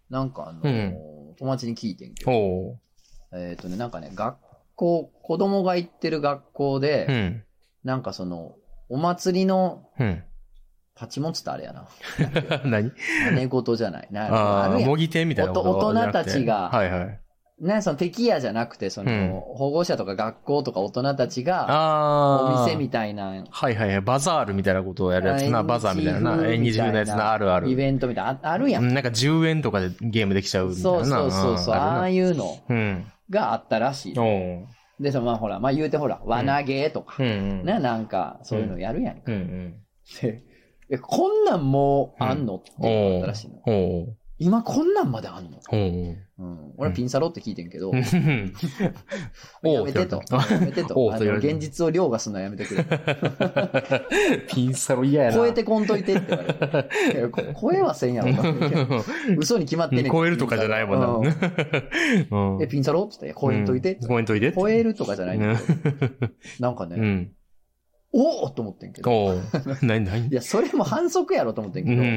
なんか友達に聞いてんけど、 おう。 なんかね、子供が行ってる学校で、 うん。 なんかお祭りの、 うん。 パチモンつってあれやな。 何姉事じゃない。 ああ、 るやん。 模擬店みたいなこと大人たちが、 はいはい。 敵屋じゃなくて、保護者とか学校とか大人たちが、 ああ。 お店みたいな。 はいはいはい。バザールみたいなことをやるやつな。バザーみたいなな。演技風のやつな。あるある。 イベントみたいな。あるやん。 なんか10円とかでゲームできちゃうみたいな。 そう。ああいうのがあったらしい。で、ほら、言うてほら、輪投げとか。なんか、そういうのやるやんか。で、こんなんもうあんのって言ったらしいの。今こんなんまであんの俺はピンサロって聞いてんけど、やめてと。現実を凌駕するのはやめてくれ。 ピンサロ嫌やな。 超えてこんといてって言われて。声はせんやろ。嘘に決まってね。 超えるとかじゃないもんな。 ピンサロって言って、超えんといて。 超えんといて。 超えるとかじゃないんだけど。なんかね、おおと思ってんけど。いや、それも反則やろと思ってんけど、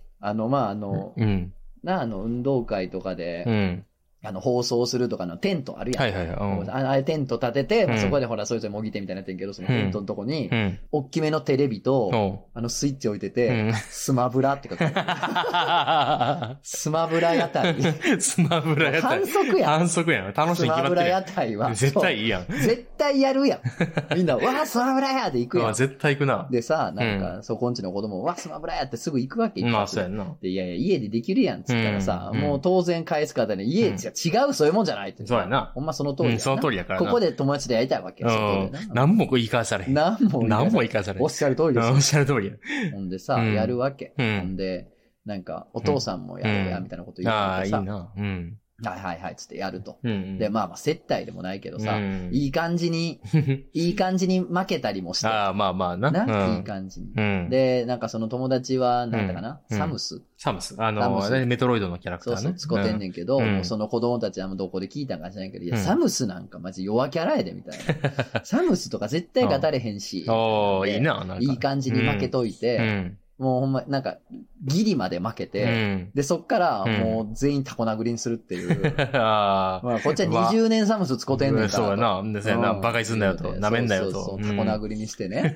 運動会とかで、放送するとかのテントあるやん。あれテント立てて、そこでほら、それぞれもぎ手みたいになってんけど、そのテントのとこに、大きめのテレビと、スイッチ置いてて、スマブラって書かれてる。スマブラ屋台。 スマブラ屋台。 反則やん。 反則やん。楽しいに決まってる。スマブラ屋台は。 絶対いいやん。 絶対やるやん。みんな、わあ、スマブラ屋で行くやん。 絶対行くな。 でさ、なんか、そこんちの子供、わあ、スマブラ屋ってすぐ行くわけ。 まあ、そうやんな。 で、いやいや、家でできるやん。つったらさ、もう当然返す方に、家じゃ違う、そういうもんじゃないって。 そうやな。 ほんまその通りや。 その通りやからな。 ここで友達でやりたいわけ。 何も言い返されへん。何も言い返されへん。 おっしゃる通りです。 おっしゃる通りや。 ほんでさ、やるわけ。ほんで、なんか、お父さんもやるや、みたいなこと言ってさ。 ああ、いいな。 はい、つってやると。で、接待でもないけどさ、いい感じに負けたりもして。 ああ、まあな。 いい感じに。で、なんかその友達は、なんだかな、サムス。 メトロイドのキャラクターね。 そう、使ってんねんけど、その子供たちはどこで聞いたんか知らないけど、いや、サムスなんかマジ弱キャラやで、みたいな。サムスとか絶対勝たれへんし。 いいな。 いい感じに負けといて、もうほんま、なんか、ギリまで負けて、で、そっからもう全員タコ殴りにするっていう。こっちは20年サムス使ってんねんから。 そうやな。そうやな。馬鹿にすんなよと。舐めんなよと。 そう、タコ殴りにしてね。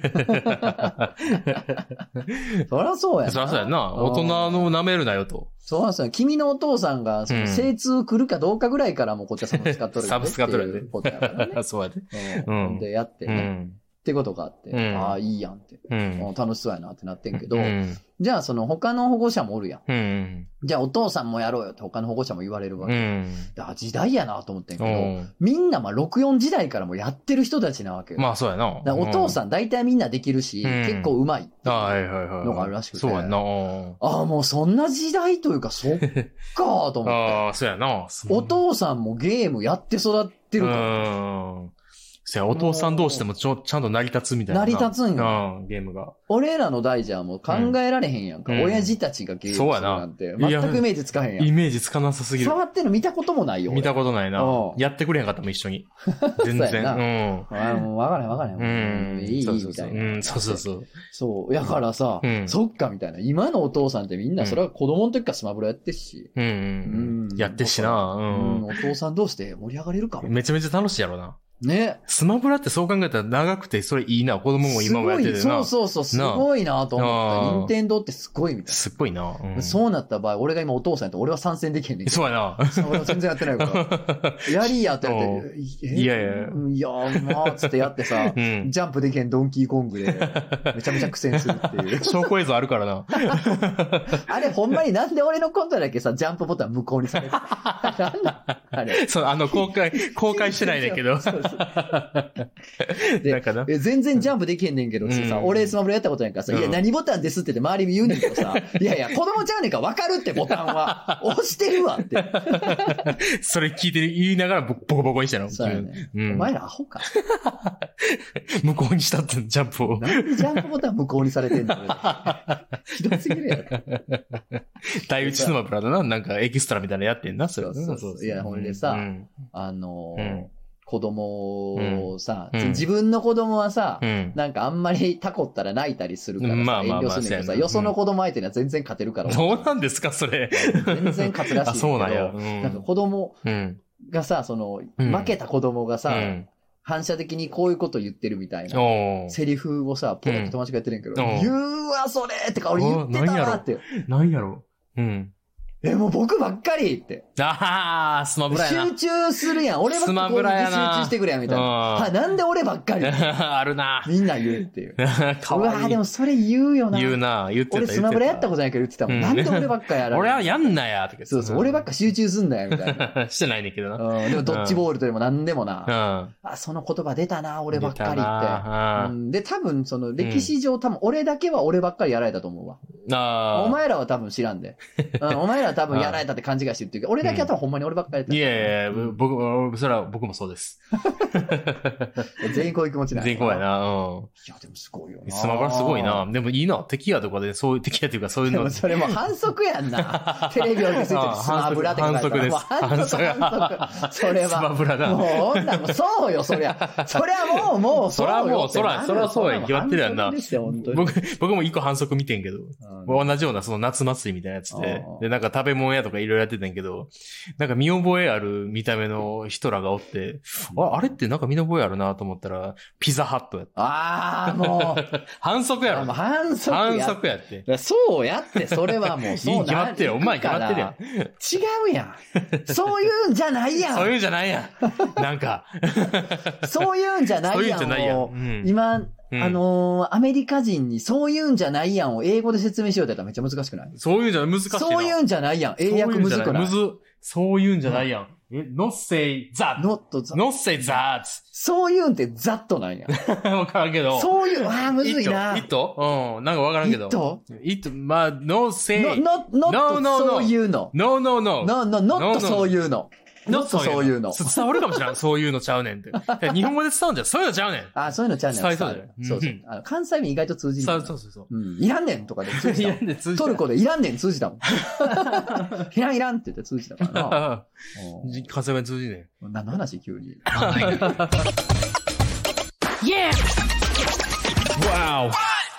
そりゃそうやな。 そりゃそうやな。大人の舐めるなよと。 そうなんですよ。君のお父さんが、精通来るかどうかぐらいからもうこっちはサブ使っとる。 サブ使っとるってことやからね。 そうやで。 で、やってね。ってことがあって、ああ、いいやんって、楽しそうやなってなってんけど、じゃあ他の保護者もおるやん。じゃあお父さんもやろうよって他の保護者も言われるわけ。時代やなと思ってんけど、みんな64時代からもやってる人たちなわけよ。 まあそうやな。 お父さん大体みんなできるし、結構上手いっていうのがあるらしくて。 そうやな。 ああ、もうそんな時代というか、そっかーと思って。 ああ、そうやな。 お父さんもゲームやって育ってるから。 お父さん同士でもちゃんと成り立つみたいな。 成り立つんよ。 ゲームが。 俺らの代じゃもう考えられへんやんか。親父たちがゲームするなんて。全くイメージつかへんやん。 イメージつかなさすぎる。 触ってんの見たこともないよ。 見たことないな。やってくれへんかったもん、一緒に。全然。 もうわからへん。いい、みたいな。 そう。 そう。やからさ、そっか、みたいな。今のお父さんってみんな、それは子供の時からスマブラやってっし。 やってっしな。 お父さん同士で盛り上がれるかも。 めちゃめちゃ楽しいやろな。 ね。 スマブラってそう考えたら長くてそれいいな。子供も今もやっててな。 そう、すごいなと思った。任天堂ってすごいみたいな。 すっごいな。 そうなった場合、俺が今お父さんやったら俺は参戦できへんねん。 そうやな。 俺は全然やってないから。やりやってやって。いや、まあ、つってやってさ、ジャンプできへんドンキーコングで、めちゃめちゃ苦戦するっていう。 証拠映像あるからな。 あれ、ほんまになんで俺のコントだけさ、ジャンプボタン無効にされて。なんだあれ。 そう、公開してないねんけど。 で、全然ジャンプできへんねんけどさ、俺スマブラやったことないからさ、いや、何ボタンですって周りに言うねんけどさ、いやいや、子供ちゃうねんから分かるってボタンは。押してるわって。 それ聞いて言いながらボコボコにしたの。 そうやね。お前らアホか。 無効にしたってジャンプを。 なんでジャンプボタン無効にされてんのひどすぎるやろ。 大打ちスマブラだな。なんかエキストラみたいなのやってんな、それ。 そう。いや、ほんでさ、 子供をさ、自分の子供はさ、なんかあんまりタコったら泣いたりするからさ、遠慮するんだけどさ、よその子供相手には全然勝てるから。 そうなんですか、それ。 全然勝つらしい。 そうなんや。 なんか子供がさ、負けた子供がさ、反射的にこういうこと言ってるみたいな、セリフをさ、ポロッと友達がやってるんやけど、言うわ、それってか、俺言ってたわって。 何やろもう僕ばっかりって。 ああ、スマブラやな。 集中するやん。俺ばっかり集中してくれやん、みたいな。なんで俺ばっかりあるな。 みんな言うっていう。うわでもそれ言うよな。 言うな、言ってた。 俺スマブラやったことないけど言ってたもん。なんで俺ばっかやら俺はやんなや、とか。 そうそう、俺ばっか集中すんなよ、みたいな。 してないねんけどな。 でもドッジボールとでもなんでもな。その言葉出たな、俺ばっかりって。で、多分歴史上多分俺だけは俺ばっかりやられたと思うわ。お前らは多分知らんで。お前らは多分やられたって勘違いして言ってるけど、俺だけは多分ほんまに俺ばっかりやった。 いやいや、それは僕もそうです。 全員こういう気持ちない。 全員こうやな。いや、でもすごいよな。 スマブラすごいな。でもいいな。敵やとかで、そういう敵やというかそういうの。 それも反則やんな。テレビを見せてるスマブラって反則です。 反則。それは。 スマブラだ。 もう、そうよ、そりゃ。そりゃもう、 そりゃもう、そりゃそうや。決まってるやんな。僕も一個反則見てんけど、同じようなその夏祭りみたいなやつで、なんか食べ物屋とかいろいろやってたんけど、なんか見覚えある見た目の人らがおって、あれってなんか見覚えあるなと思ったら、ピザハットやった。もう。反則やろ。 反則やって。 そうやって、それはもうそうなる。 決まってよ。お前決まってるやん。 違うやん。そういうんじゃないやん。 そういうんじゃないやん。なんか。 そういうんじゃないやん。そういうんじゃないやん。今、アメリカ人にそういうんじゃないやんを英語で説明しようって言ったらめっちゃ難しくない？ そういうんじゃ難しいな。 そういうんじゃないやん。英訳むずくない？ そういうんじゃないやん。not say that.not say that. そういうんってざっとなんや。 わからんけど。 そういう、むずいな。 うん。なんかわからんけど。まあ、no say. not そういうの。not そういうの。そういうの。 伝わるかもしれん。そういうのちゃうねんって。日本語で伝わるんじゃん。そういうのちゃうねん。 そういうのちゃうねん。そうそう。関西弁意外と通じる。 そう。 いらんねんとかで通じた。トルコでいらんねん通じたもん。いらんって言って通じたからな。 関西弁通じねん。何の話急に。 Yeah! Wow!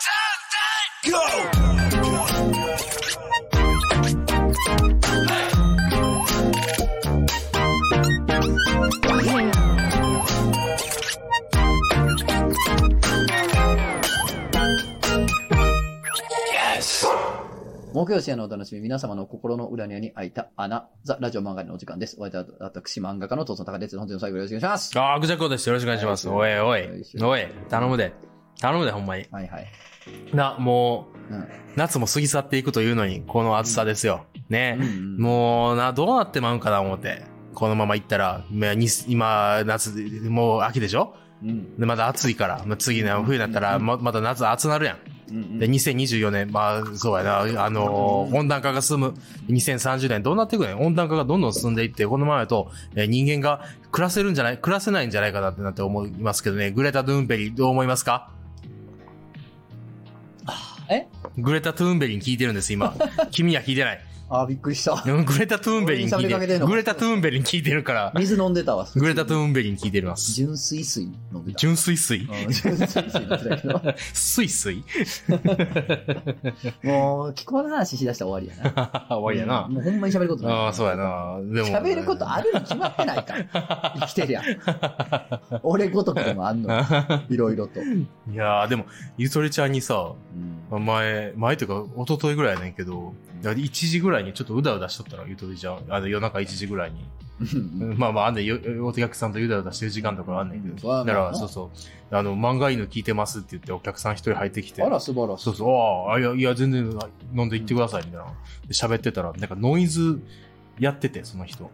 木曜深夜のお楽しみ、皆様の心の裏に開いた穴、ザ・ラジオ漫画のお時間です。お相手は私、漫画家の父さん高です。本日の最後よろしくお願いします。 ぐじゃこです。よろしくお願いします。おい、頼むで、ほんまに。 はいはい。 もう、夏も過ぎ去っていくというのに、この暑さですよ。ね。もう、どうなってまうんかな思って。このまま行ったら、今、夏、もう秋でしょ？で、まだ暑いから、次の冬になったら、また夏暑なるやん。で、2024年、そうやな、温暖化が進む2030年どうなっていくねん。温暖化がどんどん進んでいって、このままだと、人間が暮らせないんじゃないかなって思いますけどね。グレタ・トゥーンベリーどう思いますか？グレタ・トゥーンベリーに聞いてるんです、今。君は聞いてない。 びっくりした。 グレタ・トゥーンベリーに聞いてる。グレタ・トゥーンベリーに聞いてるから。 水飲んでたわ。 グレタ・トゥーンベリーに聞いてます。 純粋水飲んでた。 純粋水？ 純粋水飲んでたけど。 水もう、気候の話しだしたら終わりやな。 終わりやな。 もうほんまに喋ることない。 そうやな。でも。 喋ることあるに決まってないから。生きてりゃ。俺ごとくでもあんの。いろいろと。 いやー、でも、ゆとりちゃんにさ、前というか、一昨日ぐらいやねんけど、1時ぐらいにちょっとうだうだしとったら、ゆとりちゃん。夜中1時ぐらいに。あんねん、お客さんとうだうだしてる時間とかあんねんけど。だから、そう。漫画犬聞いてますって言ってお客さん一人入ってきて。 あら、素晴らしい。 そう。いや、全然飲んで行ってください、みたいな。喋ってたら、なんかノイズやってて、その人。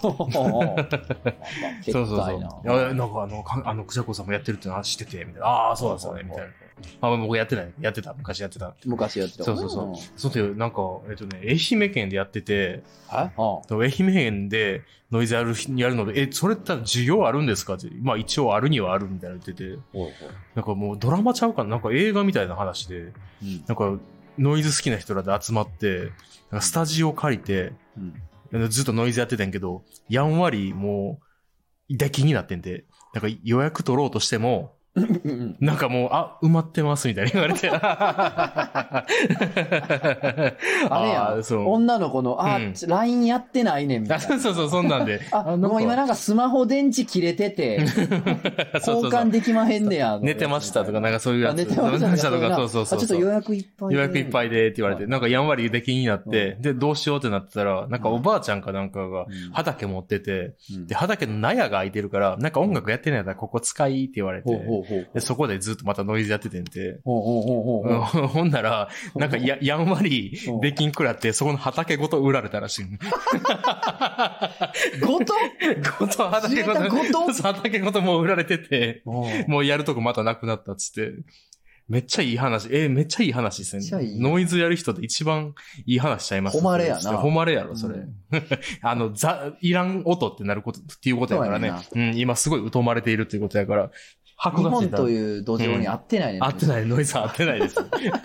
そう。なんかクジャコさんもやってるって話してて、みたいな。そうだね、みたいな。僕やってない。昔やってた。そう。そうなんか、愛媛県でやってて、愛媛県でノイズやるので、それって需要あるんですかって、一応あるにはあるみたいな言ってて、なんかもうドラマちゃうかな、なんか映画みたいな話で、なんかノイズ好きな人らで集まって、なんかスタジオ借りて、ずっとノイズやってたんやけど、やんわりもう、 出禁になってんで、なんか予約取ろうとしても、なんかもう、埋まってますみたいに言われて。 あれや、女の子の、LINE やってないねんみたいな。 そう、そんなんで。 もう今なんかスマホ電池切れてて、交換できまへんねや。 寝てましたとか、なんかそういうやつ。 寝てましたとか、 そう。 ちょっと予約いっぱいで。 予約いっぱいでって言われて、なんかやんわり出禁になって、で、どうしようってなってたら、なんかおばあちゃんかなんかが畑持ってて、で、畑の納屋が空いてるから、なんか音楽やってないからここ使いって言われて、で、そこでずっとまたノイズやっててんで、ほんなら、なんかやんわり出禁食らって、そこの畑ごと売られたらしい。 ごと畑ごともう売られてて、もうやるとこまたなくなったっつって。めっちゃいい話。めっちゃいい話ですね。ノイズやる人で一番いい話しちゃいます。 誉れやな。 誉れやろ、それ。いらん音ってなることっていうことやからね。今すごい疎まれているっていうことやから。 日本という土壌に合ってないね。 合ってない、ノイズ合ってないです。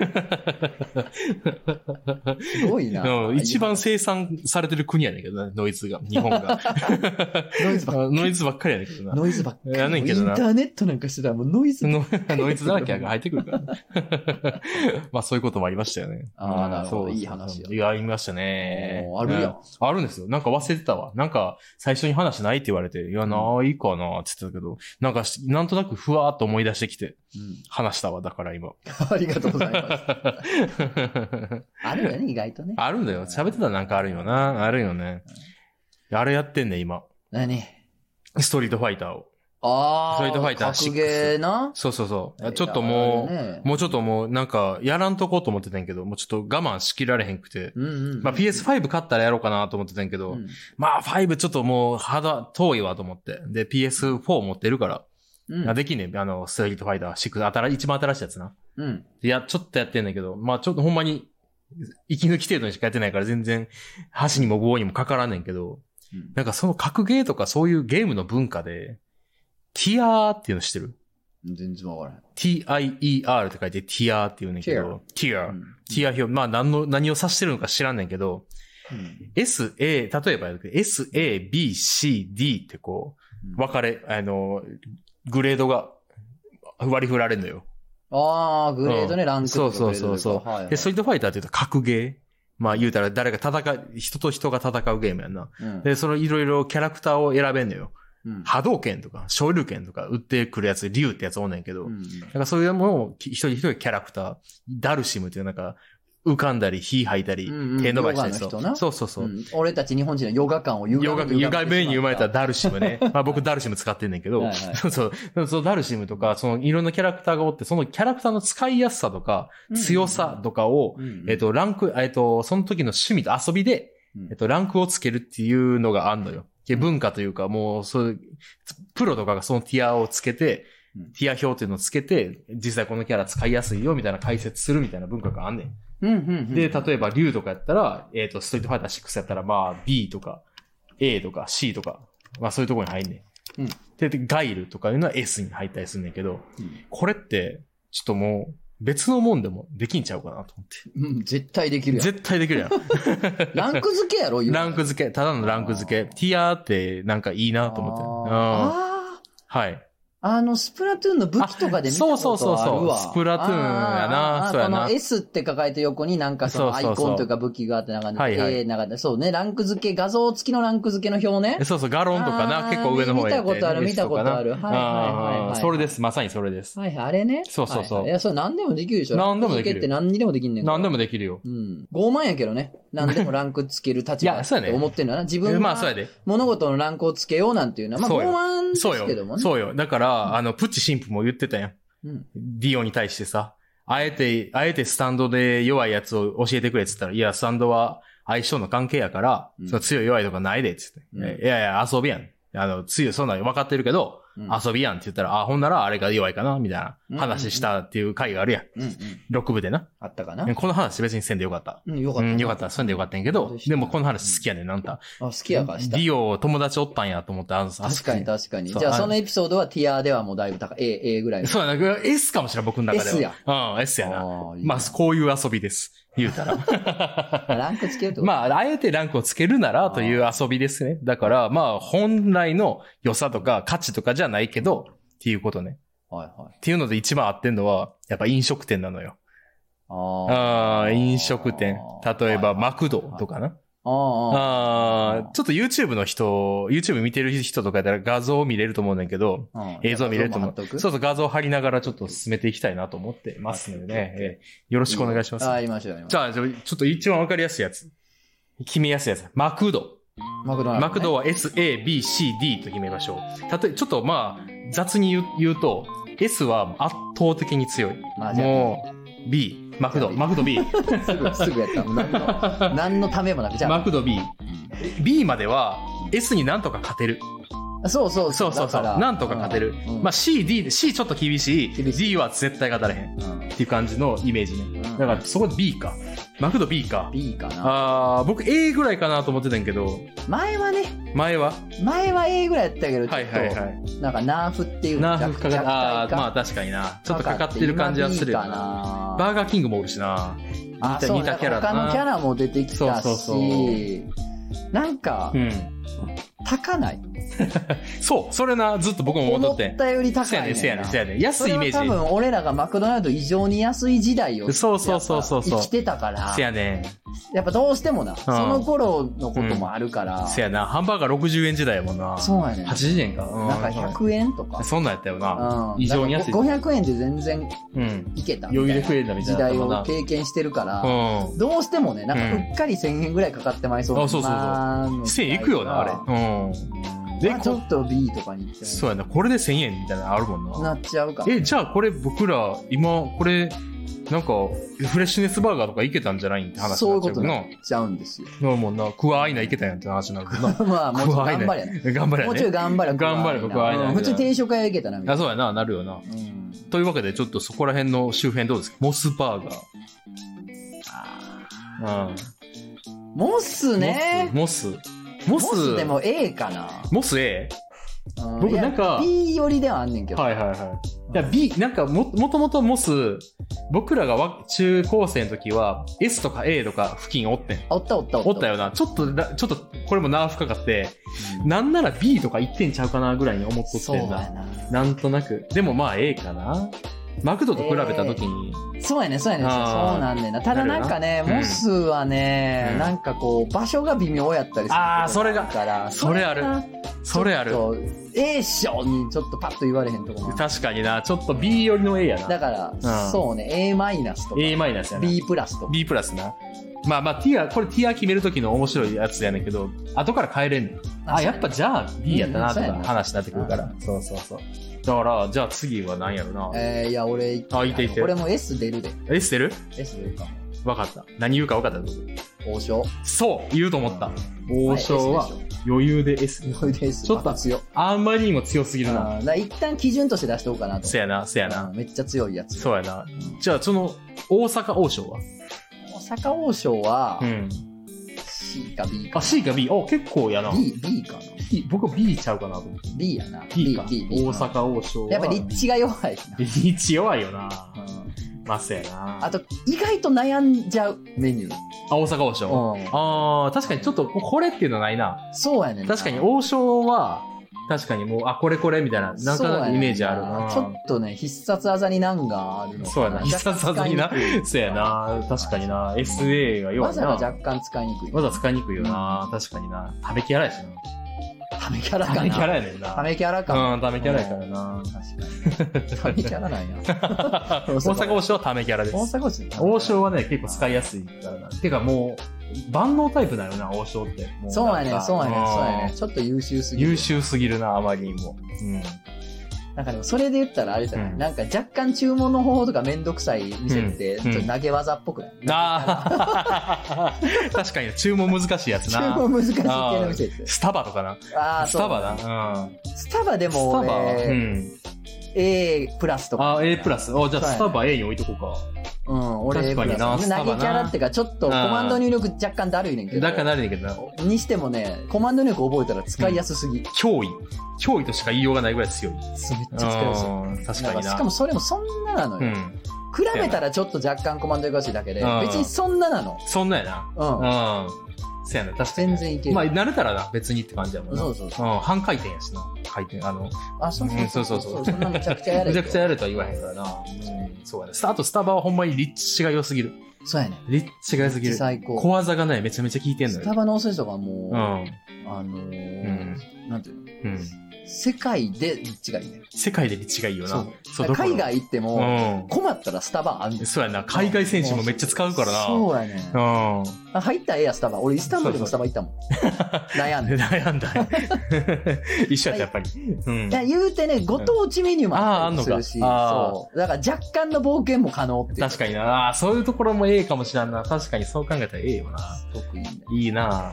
すごいな。 一番生産されてる国やねんけどな、ノイズが。日本が。ノイズばっかりやねんけどな。 ノイズばっかり。 やねんけどな。 インターネットなんかしてたらもうノイズ。 ノイズだらけが入ってくるから。まあそういうこともありましたよね。 なるほど。いい話いや、ありましたね。 あるやん。 あるんですよ。なんか忘れてたわ。なんか最初に話ないって言われて、いや、ないかなって言ってたけど、なんかなんとなくふわーっと思い出してきて、話したわ、だから今。 ありがとうございます。あるよね、意外とね。 あるんだよ。喋ってたらなんかあるよな。あるよね。あれやってんね、今。 何？ ストリートファイターを。 ストリートファイター6。 格ゲーな。 そう。ちょっともうなんか、やらんとこうと思ってたんやけど、もうちょっと我慢しきられへんくて。まあ PS5 買ったらやろうかなと思ってたんやけど、まあ5ちょっともう遠いわと思って。で、PS4 持ってるから。できんねん。ストリートファイター6、一番新しいやつな。いや、ちょっとやってんだけど、まあちょっとほんまに、息抜き程度にしかやってないから全然、箸にも棒にもかからんねんけど、なんかその格ゲーとかそういうゲームの文化で、ティアーっていうの知ってる？ 全然わからない。 TIER って書いてティアーって言うねんけど、ティア表、まあ何を指してるのか知らんねんけど、例えばSABCD ってこう、グレードが割り振られるのよ。 グレードね、ランクとか。 そう。で、ストリートファイターって言うと格ゲー。まあ言うたら人と人が戦うゲームやんな。で、そのいろいろキャラクターを選べんのよ。波動拳とか、昇竜拳とか売ってくるやつ、竜ってやつおんねんけど。だからそういうものを一人一人キャラクター、ダルシムっていうなんか、浮かんだり、火吐いたり、手伸ばしたりそう。 俺たち日本人のヨガ感をヨガメインに生まれたダルシムね。まあ僕ダルシム使ってんねんけど、そうダルシムとか、そのいろんなキャラクターがおって、そのキャラクターの使いやすさとか、強さとかを、ランク、その時の趣味と遊びで、ランクをつけるっていうのがあんのよ。文化というか、もう、プロとかがそのティアをつけて、ティア表っていうのをつけて、実際このキャラ使いやすいよみたいな解説するみたいな文化があんねん。で、例えば、竜とかやったら、ストリートファイター6やったら、まあ、B とか、A とか C とか、まあそういうところに入んねん。で、ガイルとかいうのは S に入ったりすんねんけど、これって、ちょっともう、別のもんでもできんちゃうかなと思って。 絶対できるやん。 絶対できるやん。 ランク付けやろ、 ランク付け。ただのランク付け。ティアーってなんかいいなと思って。はい。 スプラトゥーンの武器とかで見たことあるわ。 スプラトゥーンやな。そうやな。 この S って書かれて横になんかそのアイコンというか武器があってなんかね、そうね、ランク付け、画像付きのランク付けの表ね。 そう、ガロンとかな、結構上の方やって。 見たことある。はい。 それです、まさにそれです。 はい、あれね。 そう。 いや、それ何でもできるでしょ。 何でもできる。 ランク付けって何にでもできんねん。 何でもできるよ。 傲慢やけどね。何でもランク付ける立場って思ってんのな。自分が物事のランクを付けようなんていうのは、まあ傲慢ですけどもね。 そうよ。だから、プッチ神父も言ってたやん。ディオに対してさ、あえてスタンドで弱いやつを教えてくれって言ったら、いや、スタンドは相性の関係やから、その強い弱いとかないで、って言って。いや、遊びやん。強い、そんなの分かってるけど、遊びやんって言ったら、ほんならあれが弱いかなみたいな話したっていう回があるやん。6部でな。 あったかな。 この話別にせんでよかった。よかった。せんでよかったんやけど、でもこの話好きやねん、なんた。 好きやからした。 ディオ友達おったんやと思って、 確かに。じゃあそのエピソードはティアではもうだいぶ高い。A ぐらいの。 そうだね。S かもしれん、僕の中では。 S や。 S やな。まあ、こういう遊びです。 言うたら。 ランクつけると。 まあ、あえてランクをつけるならという遊びですね。だから、まあ、本来の良さとか価値とかじゃないけど、っていうことね。 はいはい。 っていうので一番合ってんのは、やっぱ飲食店なのよ。ああ、飲食店。例えば、マクドとかな。ちょっと YouTube の人、YouTube 見てる人とかやったら画像を見れると思うんだけど、映像見れると思う。そうそう、画像を貼りながらちょっと進めていきたいなと思ってますのでね。よろしくお願いします。 ありました。 じゃあ、ちょっと一番わかりやすいやつ。決めやすいやつ。マクド。マクドは S-A-B-C-D と決めましょう。ちょっとまあ、雑に言うと、S は圧倒的に強い。もう、B。マクド B。 すぐやった。何のためもなく。じゃあ。 マクド B。B までは S になんとか勝てる。 そう。 なんとか勝てる。まあ C ちょっと厳しい。D は絶対勝たれへん。っていう感じのイメージね。だからそこで B か。マクド B か。 B かな。 僕 A ぐらいかなと思ってたんやけど。 前は A ぐらいやったけど、ちょっと、なんかナーフっていうナーフかかって、まあ確かにな。ちょっとかかってる感じはするよな。バーガーキングもおるしな。似たキャラ他のキャラも出てきたし、なんか、高ない。 そう、それな、ずっと僕も思っとって。 思ったより高い。 せやね。安いイメージ。 多分俺らがマクドナルド異常に安い時代をそう生きてたから。 せやね。 やっぱどうしてもな、その頃のこともあるから。 せやな、ハンバーガー60円時代やもんな。 そうやね。 80円か。 なんか100円とか。 そんなんやったよな。異常に安い。 500円で全然いけた。 余裕で食えたみたいな。 時代を経験してるから、どうしてもね、なんかうっかり1000円ぐらいかかってまいそうな。 そう。1000円いくよな、あれ。 で、ちょっと B とかに行って。 そうやな、これで1000円みたいなのあるもんな。 なっちゃうから。 じゃあこれ僕ら、今、これ、なんか、フレッシュネスバーガーとかいけたんじゃないんって話になっちゃうな。そういうことになっちゃうんですよ。もうな、クワアイナいけたやんって話になるけどな。まあ、もうちょい頑張れやな。頑張れやね。もうちょい頑張れ。クワアイナ。普通定食屋いけたな、みたいな。 そうやな、なるよな。というわけで、ちょっとそこら辺の周辺どうですか？モスバーガー。 モスね。 モスでも A かな。 モス A？僕なんか B 寄りではあんねんけど。 はい。いや B、なんかもともとモス、僕らが中高生の時は S とか A とか付近おってん。 おったよな。ちょっとこれもナーフかかって、なんなら B とか1点ちゃうかなぐらいに思っとってんだ。なんとなく。でもまあ A かな。マクドと比べた時に。 そうやね。そうなんねんな。ただなんかね、モスはね、なんかこう、場所が微妙やったりする。 それが。それある。 A 賞にちょっとパッと言われへんとこも。 確かにな。ちょっと B 寄りの A やな。 だから、そうね、A マイナスとか。 A マイナスやな。 B プラスとか。 B プラスな。まあ、これティア決める時の面白いやつやねんけど、後から変えれんねん。やっぱじゃあ B やったなとか話になってくるから。そう。だから、じゃあ次は何やろな。 いや、俺、 いて。 俺も S 出るで。 S 出る ?S 出るかも。わかった。何言うかわかった僕。 王将。 そう、言うと思った。王将は余裕で S。 余裕で S。 ちょっと強。あんまりにも強すぎるな。 一旦基準として出しておこうかなと。 せやな。 めっちゃ強いやつ。 そうやな。じゃあ、その、大阪王将は大阪王将は、C か B か。 C か B。結構やな。 B かな。 僕 B ちゃうかなと思って。 B やな。 B か。大阪王将は。 やっぱ立地が弱いな。 立地弱いよな。まっせやな。 あと、意外と悩んじゃうメニュー。 大阪王将。確かにちょっと、これっていうのはないな。 そうやねん。 確かに王将は、確かにもう、これみたいな、なんかイメージあるな。 ちょっとね、必殺技に難があるの。 そうやな、必殺技にな。そうやな、確かにな。SA が弱いな。 技が若干使いにくい。 技使いにくいよな。確かにな。食べキャラやしな。 食べキャラかな。 食べキャラやねんな。 食べキャラか。 食べキャラやからな。 確かに。食べキャラなんや。 大阪王将は食べキャラです。 大阪王将はね、結構使いやすいからな。てかもう、万能タイプだよな、王将って。 そうやね。ちょっと優秀すぎる。 優秀すぎるな、あまりにも。 なんかでもそれで言ったらあれじゃない、なんか若干注文の方法とかめんどくさい店って、ちょっと投げ技っぽくない、 確かに注文難しいやつな。 注文難しい系の店って。 スタバとかな。スタバな。 スタバでも俺、A プラスとか。 A プラス。じゃあスタバ A に置いとこうか。 俺 A プラス。投げキャラってかちょっとコマンド入力若干だるいねんけど。 だるいねんけどな。 にしてもね、コマンド入力覚えたら使いやすすぎ。 脅威としか言いようがないぐらい強い。 めっちゃ使いやすい。 確かにな。 しかもそれもそんななのよ。 比べたらちょっと若干コマンドエクワシだけで、別にそんななの。 そんなやな。そうやな、確かに。 全然いける。 まあ、慣れたらな、別にって感じやもんな。 そう。 半回転やしな。回転、 そう。そんなめちゃくちゃやれ。 めちゃくちゃやれとは言わへんからな。そうやね。あとスタバはほんまに立地が良すぎる。 そうやね。 立地が良すぎる。 最高。 小技がね、めちゃめちゃ効いてんのよ。 スタバのお寿司とかもう、なんていうの？世界で立地がいいね。 世界で立地がいいよな。 そう。海外行っても、困ったらスタバあんねん。 そうやな。海外選手もめっちゃ使うからな。 そうやね。入ったらええや、スタバ。俺、イスタンブールでもスタバ行ったもん。悩んだ。一緒やった、やっぱり。 言うてね、ご当地メニューもあったりするし。そう。だから若干の冒険も可能って。 確かにな。そういうところもええかもしれんな。確かにそう考えたらええよな。 特にいいな。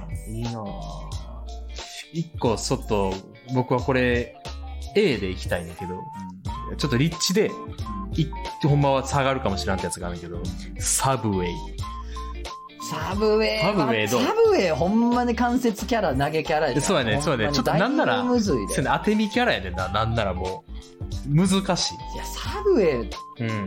一個、ちょっと、僕はこれ、A で行きたいんだけど、ちょっと立地で、ほんまは下がるかもしれんってやつがあるんだけど、サブウェイほんまに関節キャラ、投げキャラや。 そうやね。ちょっとなんなら、当て身キャラやでな。なんならもう、難しい。 いや、サブウェイ、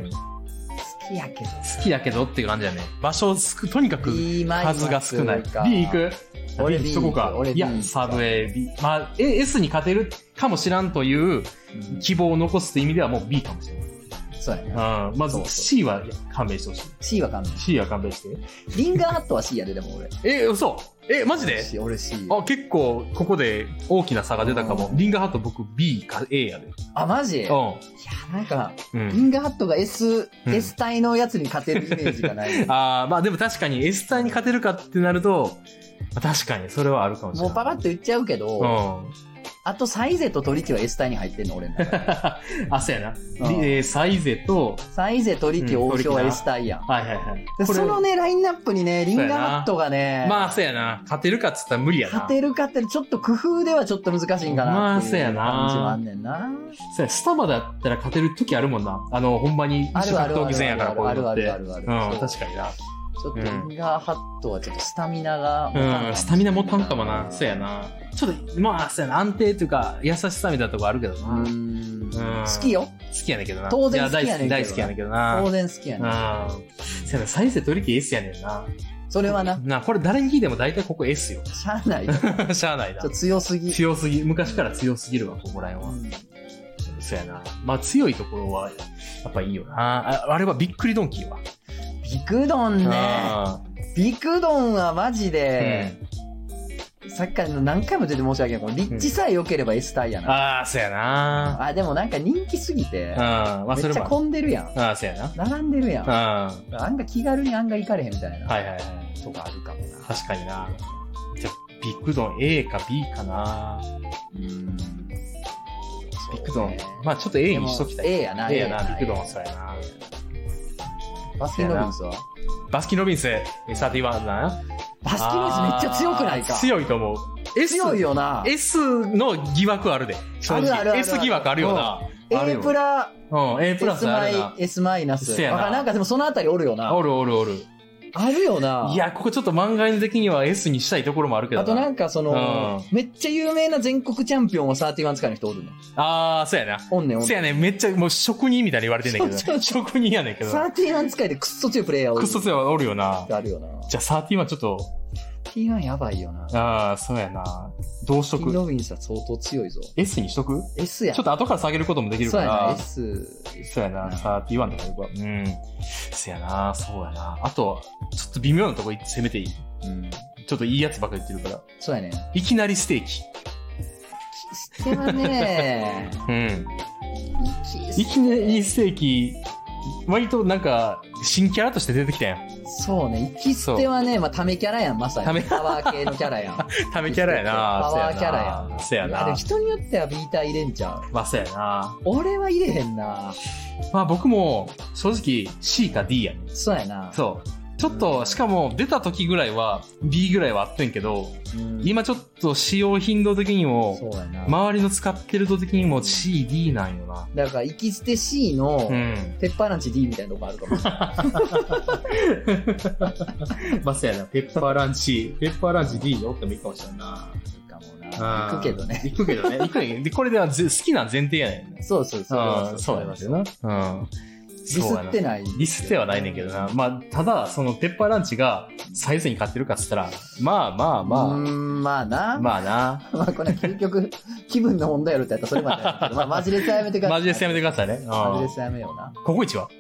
好きやけどっていう感じやね。場所とにかく数が少ない。B 行く？ 俺 B そこか。いや、サブウェイ B。まあ、S に勝てるかもしらんという希望を残すという意味ではもう B かもしれない。 そうやね。 まず C は勘弁してほしい。 C は勘弁して。リンガーハットは C やで、でも俺。 嘘？マジで？ 俺 C。 結構、ここで大きな差が出たかも。リンガーハット僕 B か A やで。 マジ？いや、なんか、リンガーハットが S 体のやつに勝てるイメージがない。 まあでも確かに S 体に勝てるかってなると、確かにそれはあるかもしれない。 もうパパッと言っちゃうけど、あとサイゼとトリキは S 体に入ってんの、俺の中で。 そうやな。サイゼ、 トリキ、王将は S 体やん。そのね、ラインナップにね、リンガーハットがね、 まあ、そうやな。勝てるかっつったら無理やな。 勝てるかって、ちょっと工夫ではちょっと難しいんかなっていう感じはあんねんな。 そうや、スタバだったら勝てる時あるもんな。ほんまに一種格闘技戦やからこういうのって。確かにな。 ちょっとリンガーハットはちょっとスタミナがスタミナ持たんかもな。そうやな。ちょっと、まあ、そうやな。安定というか、優しさみたいなとこあるけどな。 好きよ。 好きやねんけどな。 当然好きやねんけど。 大好きやねんけどな。 当然好きやねん。 そうやな。サイゼ取り S やねんな。 それはな。 これ誰に聞いても大体ここ S よ。 しゃあない。 しゃあないな。 強すぎ。 昔から強すぎるわ、ここら辺は。そうやな。まあ強いところは、やっぱいいよな。あれはびっくりドンキーは。 ビクドンね。ビクドンはマジで、さっきから何回も出て申し訳ない。立地さえ良ければ S 体やな。 そうやな。 でもなんか人気すぎて、めっちゃ混んでるやん。 そうやな。 並んでるやん。案外気軽に案外行かれへんみたいな。とかあるかもな。 確かにな。じゃビクドン A か B かな。ビクドン。まあちょっと A にしときたい。 A やな。 ビクドンはそうやな。 バスキンロビンスはバスキンロビンス、31だな。 バスキンロビンスめっちゃ強くないか。 強いと思う。 強いよな。 S の疑惑あるで。 ある。 S 疑惑あるよな。 A プラ、 A プラスあるな。 S マイナス。なんかでもそのあたりおるよな。 おる。 あるよな。 いや、ここちょっと漫画的には S にしたいところもあるけどな。 あとなんかめっちゃ有名な全国チャンピオンは31使いの人おるね。 そうやな。 おんねん。 そうやね。めっちゃもう職人みたいに言われてんねんけど。職人やねんけど。 31使いでくっそ強いプレイヤーおる。 くっそ強いおるよな。 あるよな。 じゃあ31ちょっと。 T1 やばいよな。 そうやな。どうしとく？ キンロビンスは相当強いぞ。 S にしとく？ S や。 ちょっと後から下げることもできるから。 そうやな、S。 そうやな、31とか言うか。そうやな、そうやな。あと、ちょっと微妙なとこ攻めていい？ちょっといいやつばっかり言ってるから。 そうやね。 いきなりステーキ。 ステはねいきなりステーキ、割となんか、新キャラとして出てきたやん。 そうね。生き捨てはね、まあ、ためキャラやん、まさに。パワー系のキャラやん。 ためキャラやな。 パワーキャラやん。 そうやな。 でも人によってはビーター入れんちゃう。 まあ、そうやな。 俺は入れへんな。 まあ僕も、正直 C か D やね。 そうやな。 そう。ちょっと、しかも出た時ぐらいは B ぐらいはあってんけど、今ちょっと使用頻度的にも、周りの使ってる度的にも C、D なんよな。 だから、行き捨て C の、ペッパーランチ D みたいなとこあるかもしれない。 まあ、そうやな。ペッパーランチ D よってもいいかもしれんな。 行くけどね。 行くけどね。で、これでは好きな前提やねん。 そう。 そうやな。 ディスってない。 ディスってはないねんけどな。まあ、ただ、そのペッパーランチがサイズに勝ってるかっつったら、まあな。 まあな。まあこれ究極、気分の問題やるってやったらそれまでやるけど、まあマジレスやめてください。 マジレスやめてくださいね。 マジレスやめような。 ココイチは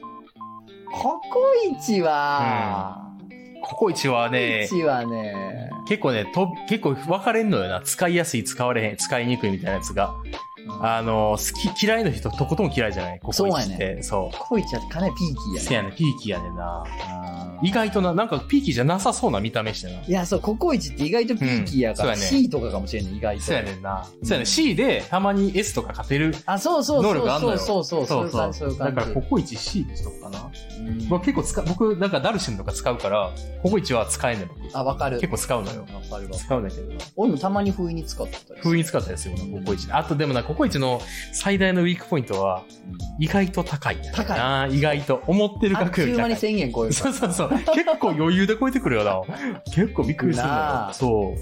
ココイチはね、結構ね、結構分かれんのよな。使いやすい、使われへん、使いにくいみたいなやつが。嫌いの人とことん嫌いじゃないココイチって。そう。 ココイチはかなりピーキーやね。 そうやね、ピーキーやねんな。意外となんかピーキーじゃなさそうな見た目してな。 いや、そう、ココイチって意外とピーキーやから、C とかかもしれんね、意外と。 そうやねんな。そうやね、C でたまに S とか勝てる能力あんのよ。そう。だからココイチ C にしとくかな。結構僕、なんかダルシムとか使うから、ココイチは使えんねん、僕。 あ、わかる。 結構使うのよ。 わかるわ。 使うんだけどな。 俺もたまに不意に使ったり。 不意に使ったりするよな、ココイチ。あとでもな、ココイチの最大のウィークポイントは、意外と高い。高い。意外と。思ってる額より高い。 あっという間に1000円超える。 そう。結構余裕で超えてくるよな。結構びっくりするんだよ。そう。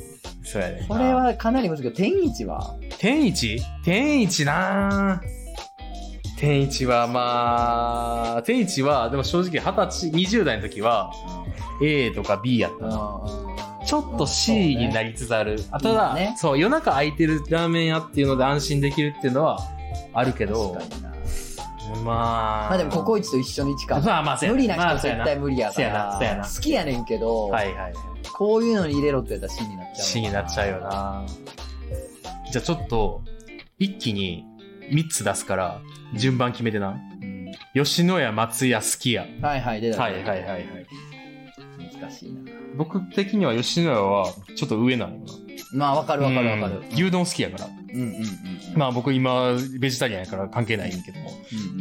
そうやね。 これはかなり難しいけど、天一は天一な天一は天一は、でも正直20代の時は、A とか B やったな。ちょっと C になりつつある。ただ、そう、夜中空いてるラーメン屋っていうので安心できるっていうのはあるけど、 確かにな。 まあでもココイチと一緒に近い。無理な人絶対無理やから。好きやねんけど、こういうのに入れろって言ったら C になっちゃう。 C になっちゃうよな。じゃあちょっと、一気に3つ出すから、順番決めてな。吉野家、松屋、すき家。 出た。 はい。 難しいな。 僕的には吉野家はちょっと上なのよな。 まあわかる。 牛丼好きやから。まあ僕今ベジタリアンやから関係ないんけども。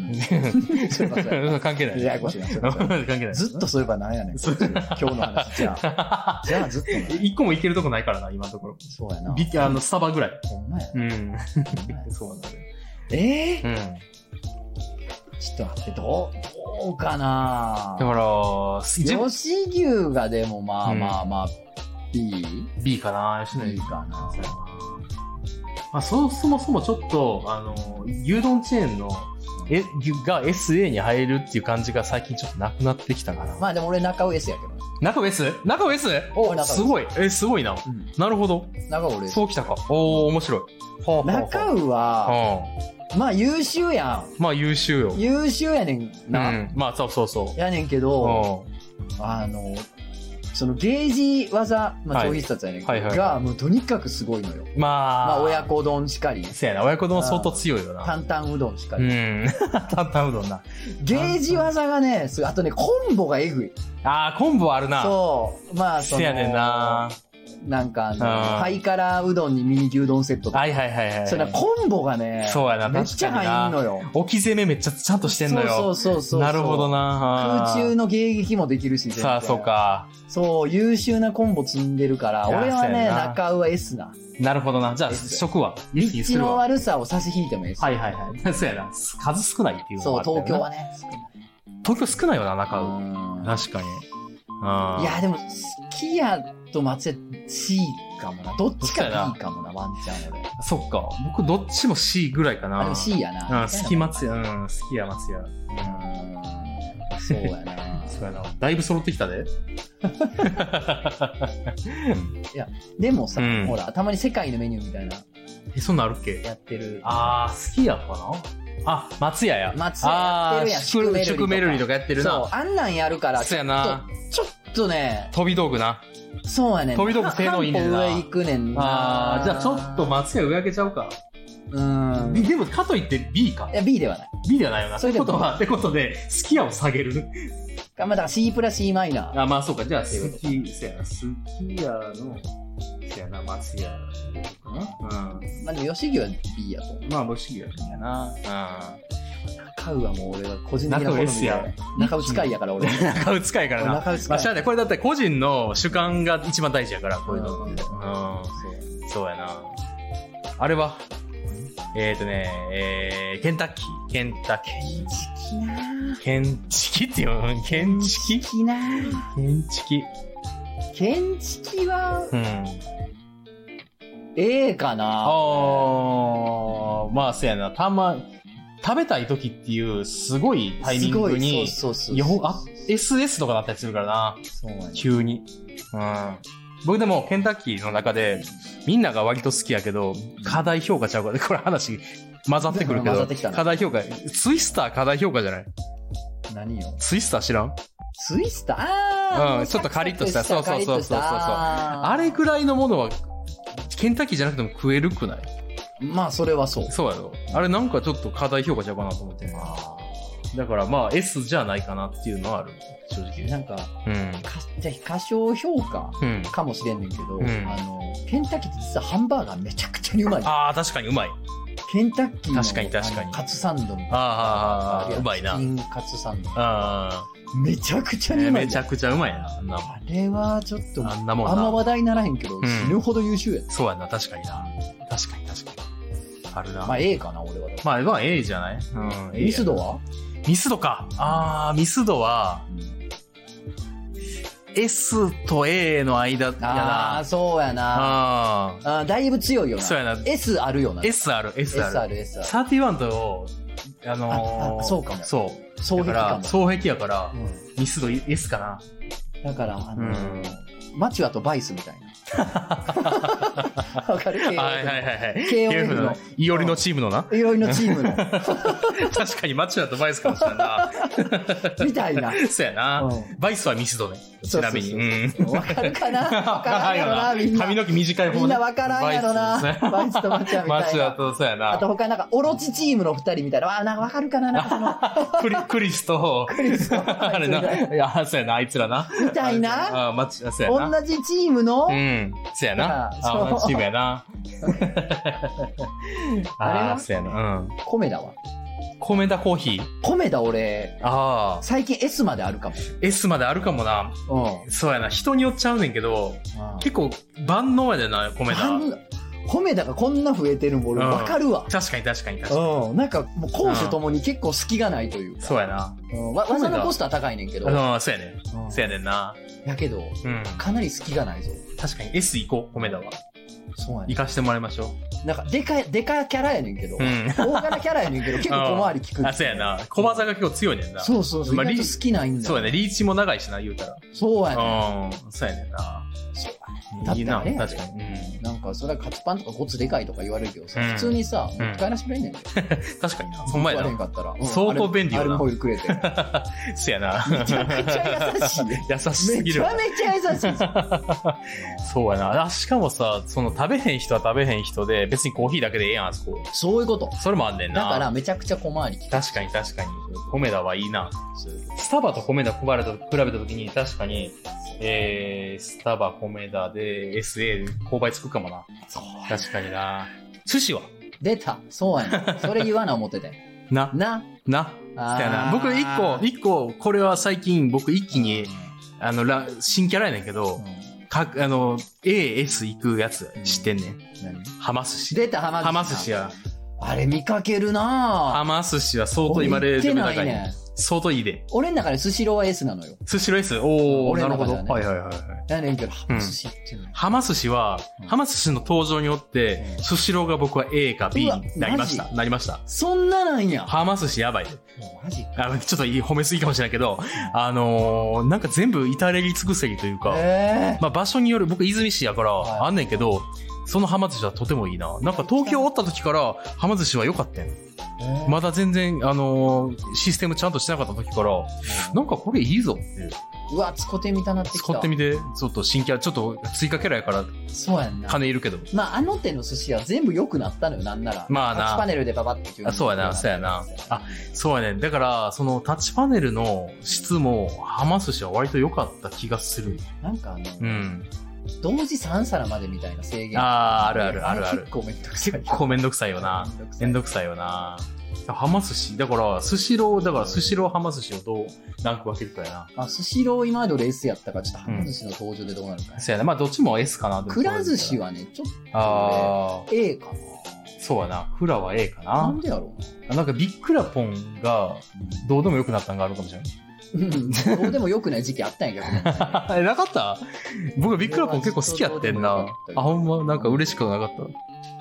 関係ない。 ややこしいな。 関係ない。 ずっとそういえばなんやねん。今日の話。じゃあずっと。 一個もいけるとこないからな、今のところ。 そうやな。 スタバぐらい。 ほんまや。 そうなんだよ。ちょっと待って、どうかな。 だから、 吉牛がでもまあ、 B かな、吉野家 B かな。 まあ、そもそもちょっと、牛丼チェーンの、が SA に入るっていう感じが最近ちょっとなくなってきたから。 まあでも俺中尾 S やけどね。 中尾 S？ 中尾 S？ お、すごい。すごいな。なるほど。 中尾 S。 そうきたか。おー、面白い。 中尾は、まあ優秀やん。 まあ優秀よ。 優秀やねんな。 まあそう。 やねんけど、そのゲージ技、まあ超必殺やねんけど、が、もうとにかくすごいのよ。まあ親子丼しかり。 そうやな、親子丼相当強いよな。 担々うどんしかり。 担々うどんな。 ゲージ技がね、あとね、コンボがえぐい。 コンボあるな。 そう。まあそうやねんな。 なんかハイカラうどんにミニ牛丼セットとか。それコンボがね、 そうやな、 めっちゃ入んのよ。 置き攻めめっちゃちゃんとしてんのよ。 そう。 なるほどな。 空中の迎撃もできるし。 さあ、そうか。 そう、優秀なコンボ積んでるから、俺はね、中尾は S な。 なるほどな。じゃあ、食は立地の悪さを差し引いても S。 はい。そうやな。数少ないっていうのもある。そう、東京はね。 東京少ないよな、中尾。確かに。 いや、でも、すき家と松屋 C かもな。どっちか B かもな、ワンチャン俺。 そっか。僕どっちも C ぐらいかな。 でも C やな。 好き松屋、好きや松屋。 そうやな。 そうやな。だいぶ揃ってきたで。 いや、でもさ、ほら、たまに世界のメニューみたいな。 そんなんあるっけ？ やってる。 好きやかな？松屋や。 松屋やってるやん。 宿メルリとかやってるな。 そう、あんなんやるから、 そうやな。 ちょっとね。 飛び道具な。 そうやねん。 飛び道具性能いいねんな。 上行くねんな。 じゃあちょっと松屋上開けちゃうか。でも、かといって B か。 いや、B ではない。 B ではないよな。ってことで、すき家を下げる。 まあ、だから C プラ C マイナー。 まあそうか。じゃあ、すき家の、そやな、松屋かな。 まあでも、吉木は B やと思う。 まあ、吉木は B やな。 中尾はもう俺は個人的な好みで。中尾使いやから俺。 中尾使いからな。 中尾使い。 まあ、これだって個人の主観が一番大事やから、こういうのって。そうやな。あれはケンタッキー。ケンチキって言うの？ケンチキなケンチキ。 ケンチキは、A かな。 まあ、そうやな。たま食べたい時っていうすごいタイミングに、SS とかなったりするからな。そうなんや。急に。うん。僕でもケンタッキーの中でみんなが割と好きやけど、過大評価ちゃうから、これ話混ざってくるけど、過大評価、ツイスター過大評価じゃない？ 何よ？ ツイスター知らん？ ツイスター？ うん、ちょっとカリッとした。そう。あれぐらいのものは、ケンタッキーじゃなくても食えるくない？ まあ、それはそう。 そうやろ。あれなんかちょっと過大評価ちゃうかなと思って。だからまあ S じゃないかなっていうのはある。正直。 なんか、じゃ過小評価かもしれんねんけど、ケンタッキーって実はハンバーガーめちゃくちゃにうまい。 ああ、確かにうまい。 ケンタッキーの確かにカツサンドみたいな。うまいな。 チキンカツサンド。めちゃくちゃにうまい。 めちゃくちゃうまいな。 あれはちょっと、あんま話題にならへんけど、死ぬほど優秀や。 そうやな、確かにな。確かに。あるな。 まあ A かな、俺は。 まあ A じゃない？ ミスドは？ ミスドか。ミスドは、S と A の間やな。 そうやな。だいぶ強いよな。 そうやな。 S あるよな。 S ある。31と、 そうかも。 そう。双璧やから、ミスド S かな。 だから、マチュアとバイスみたいな。わかる？ はい。 KOF の。 イオリのチームのな。 イオリのチームの。 確かにマチュアとバイスかもしれんな。 みたいな。 そうやな。バイスはミスドね。ちなみに。 わかるかな？わからんやろな、みんな。 髪の毛短い方ね。 みんなわからんやろな。バイスとマチュアみたいな。 マチュアと、そうやな。 あと他なんか、オロチチームの2人みたいな。なんかわかるかな？ クリスと、あれな。いや、そうやな、あいつらな。 みたいな。 そうやな。 同じチームの、 そうやな。同じチームやな。あれそうやな。 コメダは？ コメダコーヒー？ コメダ俺、最近 S まであるかも。 S まであるかもな。そうやな。人によっちゃうねんけど、結構万能やでな、コメダ。 コメダがこんな増えてるもの分かるわ。 確かに。 なんか、もう攻守ともに結構隙がないというか。 そうやな。 技のコストは高いねんけど。 そうやね。そうやねんな。 やけど、かなり隙がないぞ。 確かに S 行こう、コメダは。 そうやね。 行かしてもらいましょう。 なんか、でかキャラやねんけど、大柄キャラやねんけど、結構小回り効く。 そうやな。小技が結構強いねんな。 そう。意外と好きないんだ。 そうやね。リーチも長いしな、言うたら。 そうやね。 そうやねんな。 そうやね。 いいな、確かに。 なんか、それはカツパンとかゴツでかいとか言われるけどさ、普通にさ、使いなしくれんねんで。 確かにな。そんまやな。 相当便利よな。 アルミホイルくれて。 そうやな。 めちゃめちゃ優しい。 優しすぎる。 めちゃめちゃ優しい。 そうやな。しかもさ、その食べへん人は食べへん人で、別にコーヒーだけでええやん、あそこ。 そういうこと。 それもあんねんな。 だからめちゃくちゃ小回り効く。 確かに。コメダはいいな。スタバとコメダ比べたときに、確かに、スタバ、コメダで SA 購買つくかもな。 そう。 確かにな。寿司は出た。そうやな。それ言わな思ってて。 な。そうやな。僕一個、これは最近僕一気に、新キャラやねんけど、A、S 行くやつ知ってんねん。はま寿司。 出た、はま寿司や。 あれ見かけるなはま寿司は相当今レベル高いね。相当いいで。 俺の中でスシローは S なのよ。 スシロー S？ おー、なるほど。はい。 やねんけど、はま寿司っていうの。 はま寿司は、はま寿司の登場によって、スシローが僕は A か B になりました。 そんななんや。 はま寿司やばいで。 マジか。ちょっと褒めすぎかもしれないけど、なんか全部至れり尽くせりというか、まあ場所による、僕泉市やからあんねんけど、そのはま寿司はとてもいいな。なんか東京おった時からはま寿司は良かったよ。まだ全然、システムちゃんとしてなかった時から、なんかこれいいぞって。 うわ、使ってみたなってきた。 使ってみて、ちょっと新キャラ、ちょっと追加キャラやから、 そうやんな。 金いるけど。 まあ、手の寿司は全部良くなったのよ、なんなら。 まあな。 タッチパネルでババってそうやな。そうやね。だから、そのタッチパネルの質も、はま寿司は割と良かった気がする。 なんか同時3皿までみたいな制限。 ある。 結構めんどくさい。 結構めんどくさいよな。はま寿司。だから、スシローはま寿司をどうランク分けるかやな。 スシロー今まで俺 S やったから、ちょっとはま寿司の登場でどうなるか。 そうやな。まあ、どっちも S かな。 くら寿司はね、ちょっと A かな。 そうやな。くらは A かな。 なんでやろうな。なんかビックラポンが、どうでもよくなったんがあるかもしれない。 どうでもよくない時期あったんやけど。 なかった？僕ビックラポン結構好きやってんな。ほんま、なんか嬉しくなかった。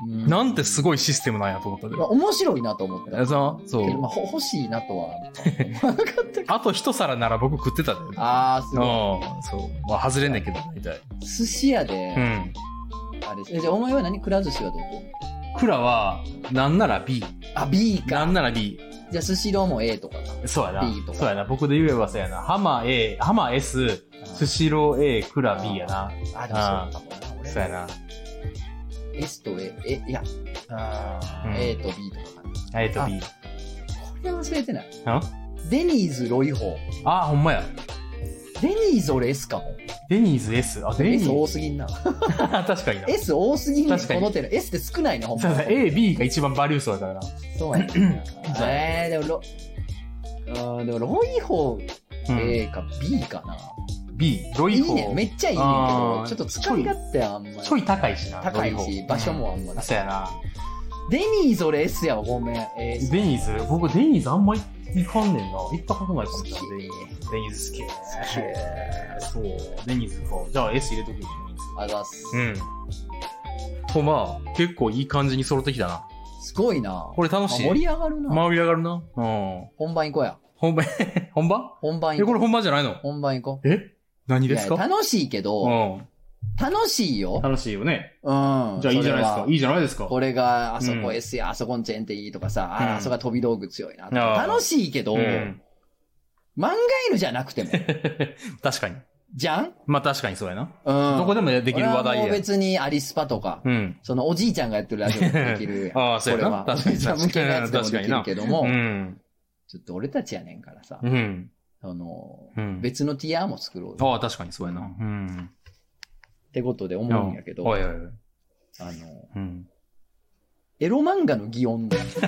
なんてすごいシステムなんやと思ったで。 面白いなと思った。 そう。 まあ、欲しいなとは思わなかったあと一皿なら僕食ってたで。 あー、すごい。 そう。まあ、外れんねんけど、みたい。 寿司屋で、あれ、じゃあお前は何？くら寿司はどこ？ くらは、なんなら B。 あ、B か。 なんなら B。 じゃあ、スシローも A とかか。 そうやな。 B とか。 そうやな。僕で言えばそうやな。ハマ A、ハマ S、スシロー A、クラ B やな。 あ、でもそうかもな。 そうやな。 S と A、いや、A と B とかかな。 A と B。これ忘れてない。デニーズロイホー。 あ、ほんまや。 デニーズ俺 S かも。 デニーズ S。あ、デニーズ S 多すぎんな。 確かにな。 S 多すぎんな。この手の S って少ないな、ほんま。 A、B が一番バリュー層だからな。 そうやね。でもロイホー A か B かな。 B、ロイホー。 いいね。めっちゃいいねんけど、ちょっと使い勝手あんまり。 ちょい高いしな。 高いし、場所もあんまり。 そうやな。 デニーズ俺 S やわ、ごめん。 デニーズ僕デニーズあんまり行かんねんな。行ったことないかもしれない。デニーズ好き。そう。デニーズか。じゃあ S 入れとくよ、デニーズ。 あざっす。 と、まあ、結構いい感じに揃ってきたな。 すごいな。 これ楽しい。 盛り上がるな。 盛り上がるな。 本番行こうや。 本番本番行こう。 これ本番じゃないの？ 本番行こう。何ですか？ 楽しいけど、楽しいよ。 楽しいよね。 じゃあいいじゃないですか。いいじゃないですか。 これが、あそこ S や、あそこのチェーンっていいとかさ、あそこが飛び道具強いな。楽しいけど、漫画犬じゃなくても。 確かに。 じゃん？ まあ確かにそうやな。どこでもできる話題や。 もう別にアリスパとか、そのおじいちゃんがやってるラジオでできるやん。 ああ、そうやな。確かに。 向けのやつでもできるけども、ちょっと俺たちやねんからさ、別のティアも作ろう。 ああ、確かにそうやな。 ってことで思うんやけど、エロ漫画の擬音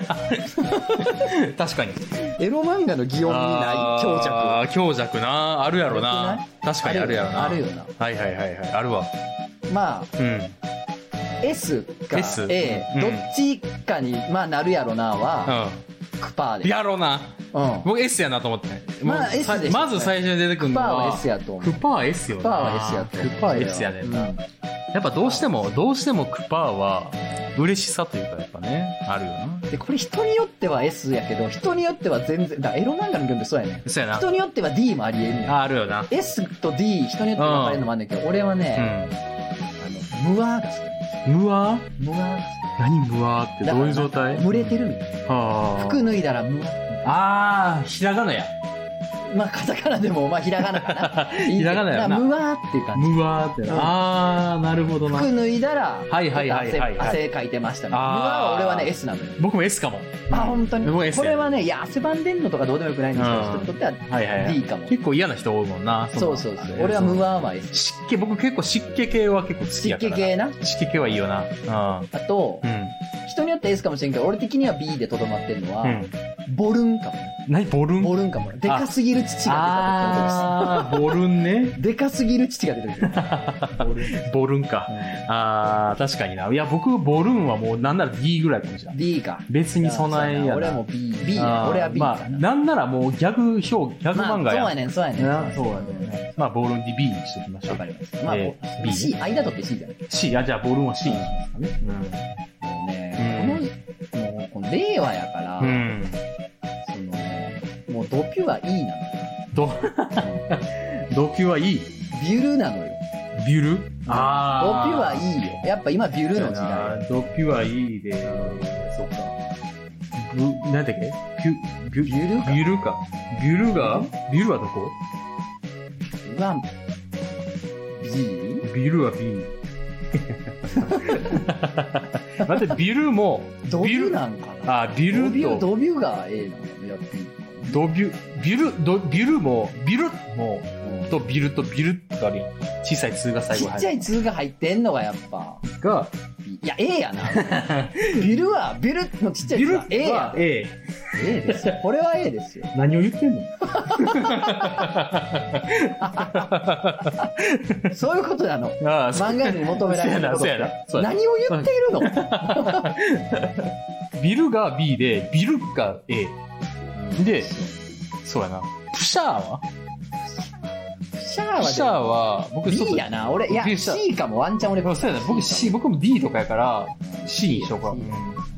確かに。 エロ漫画の擬音にない強弱。 ああ、強弱な。あるやろな。確かにあるやろな。 あるよな。 はい。あるわ。 まあ、S か A、どっちかに、まあなるやろなは、クパーで。 やろな。僕 S やなと思って。 まあ S で。 まず最初に出てくるのは。 クパーは S やと思う。 クパー S よな。 クパーは S やと思う。 クパー S やねんな。やっぱどうしてもクパーは嬉しさというかやっぱね、あるよな。 で、これ人によっては S やけど、人によっては全然、エロ漫画の曲ってそうやねん。 そうやな。 人によっては D もありえんねん。 あるよな。 S と D、人によって分かれるのもあんねんけど、俺はね、ムワーが好き。 ムワー？ムワー。 何ムワーってどういう状態？ 蒸れてるみたいな。服脱いだらムワー。 あー、ひらがなや。 まあ、カタカナでも、まあ、ひらがなかな。 ひらがなやな。 ムワーっていう感じ。 ムワーってな。あー、なるほどな。 服脱いだら、 はい汗かいてましたね。ムワーは俺はね、S なのよ。 僕も S かも。 あ、本当に。これはね、いや、汗ばんでんのとかどうでもよくないんですけど、人にとっては D かも。 結構嫌な人多いもんな。 そう。俺はムワーは S。 湿気、僕結構湿気系は結構好きやから。 湿気系な。 湿気系はいいよな。 あと、人によって S かもしれんけど、俺的には B でとどまってるのは、ボルンかも。 何ボルン？ ボルンかも。でかすぎる父が出た時。ボルンね。 でかすぎる父が出てくる。 ボルンか。確かにな。いや、僕、ボルンはもうなんなら D ぐらいかもしれない。 D か。 別に備えやな。 俺も B。俺は B かな。 なんならもうギャグ漫画や。 そうやねん。まあ、ボルンで B にしておきましょう。 わかりました。まあ、B。C、間取って C じゃない C、じゃあボルンは C にしますかね。 もうね、この令和やから、もうドピュア E なのよ。 ドピュア E？ ビュルなのよ。 ビュル？ ドピュア E よ。やっぱ今ビュルの時代。 ドピュア E で、そっか。なんだっけ？ビュルか。ビュルはどこ？ B？ ビルは B。待って、ビルも、 ドビュなんかな？ ビルと。 ドビュが A なのやっていい。 ビルも、とビルとビルってあるやん。小さい2が最後入る。 ちっちゃい2が入ってんのがやっぱ。 が、 いや、A やな。ビルのちっちゃい2が A や。A ですよ。これは A ですよ。 何を言ってんの？ そういうことなの。漫画に求められることって。何を言っているの？ ビルが B で、ビルが A。で、そうやな。プシャーは僕 B やな。俺、いや、C かもワンチャン俺。 そうやな。僕も D とかやから、 C にしようか。うん。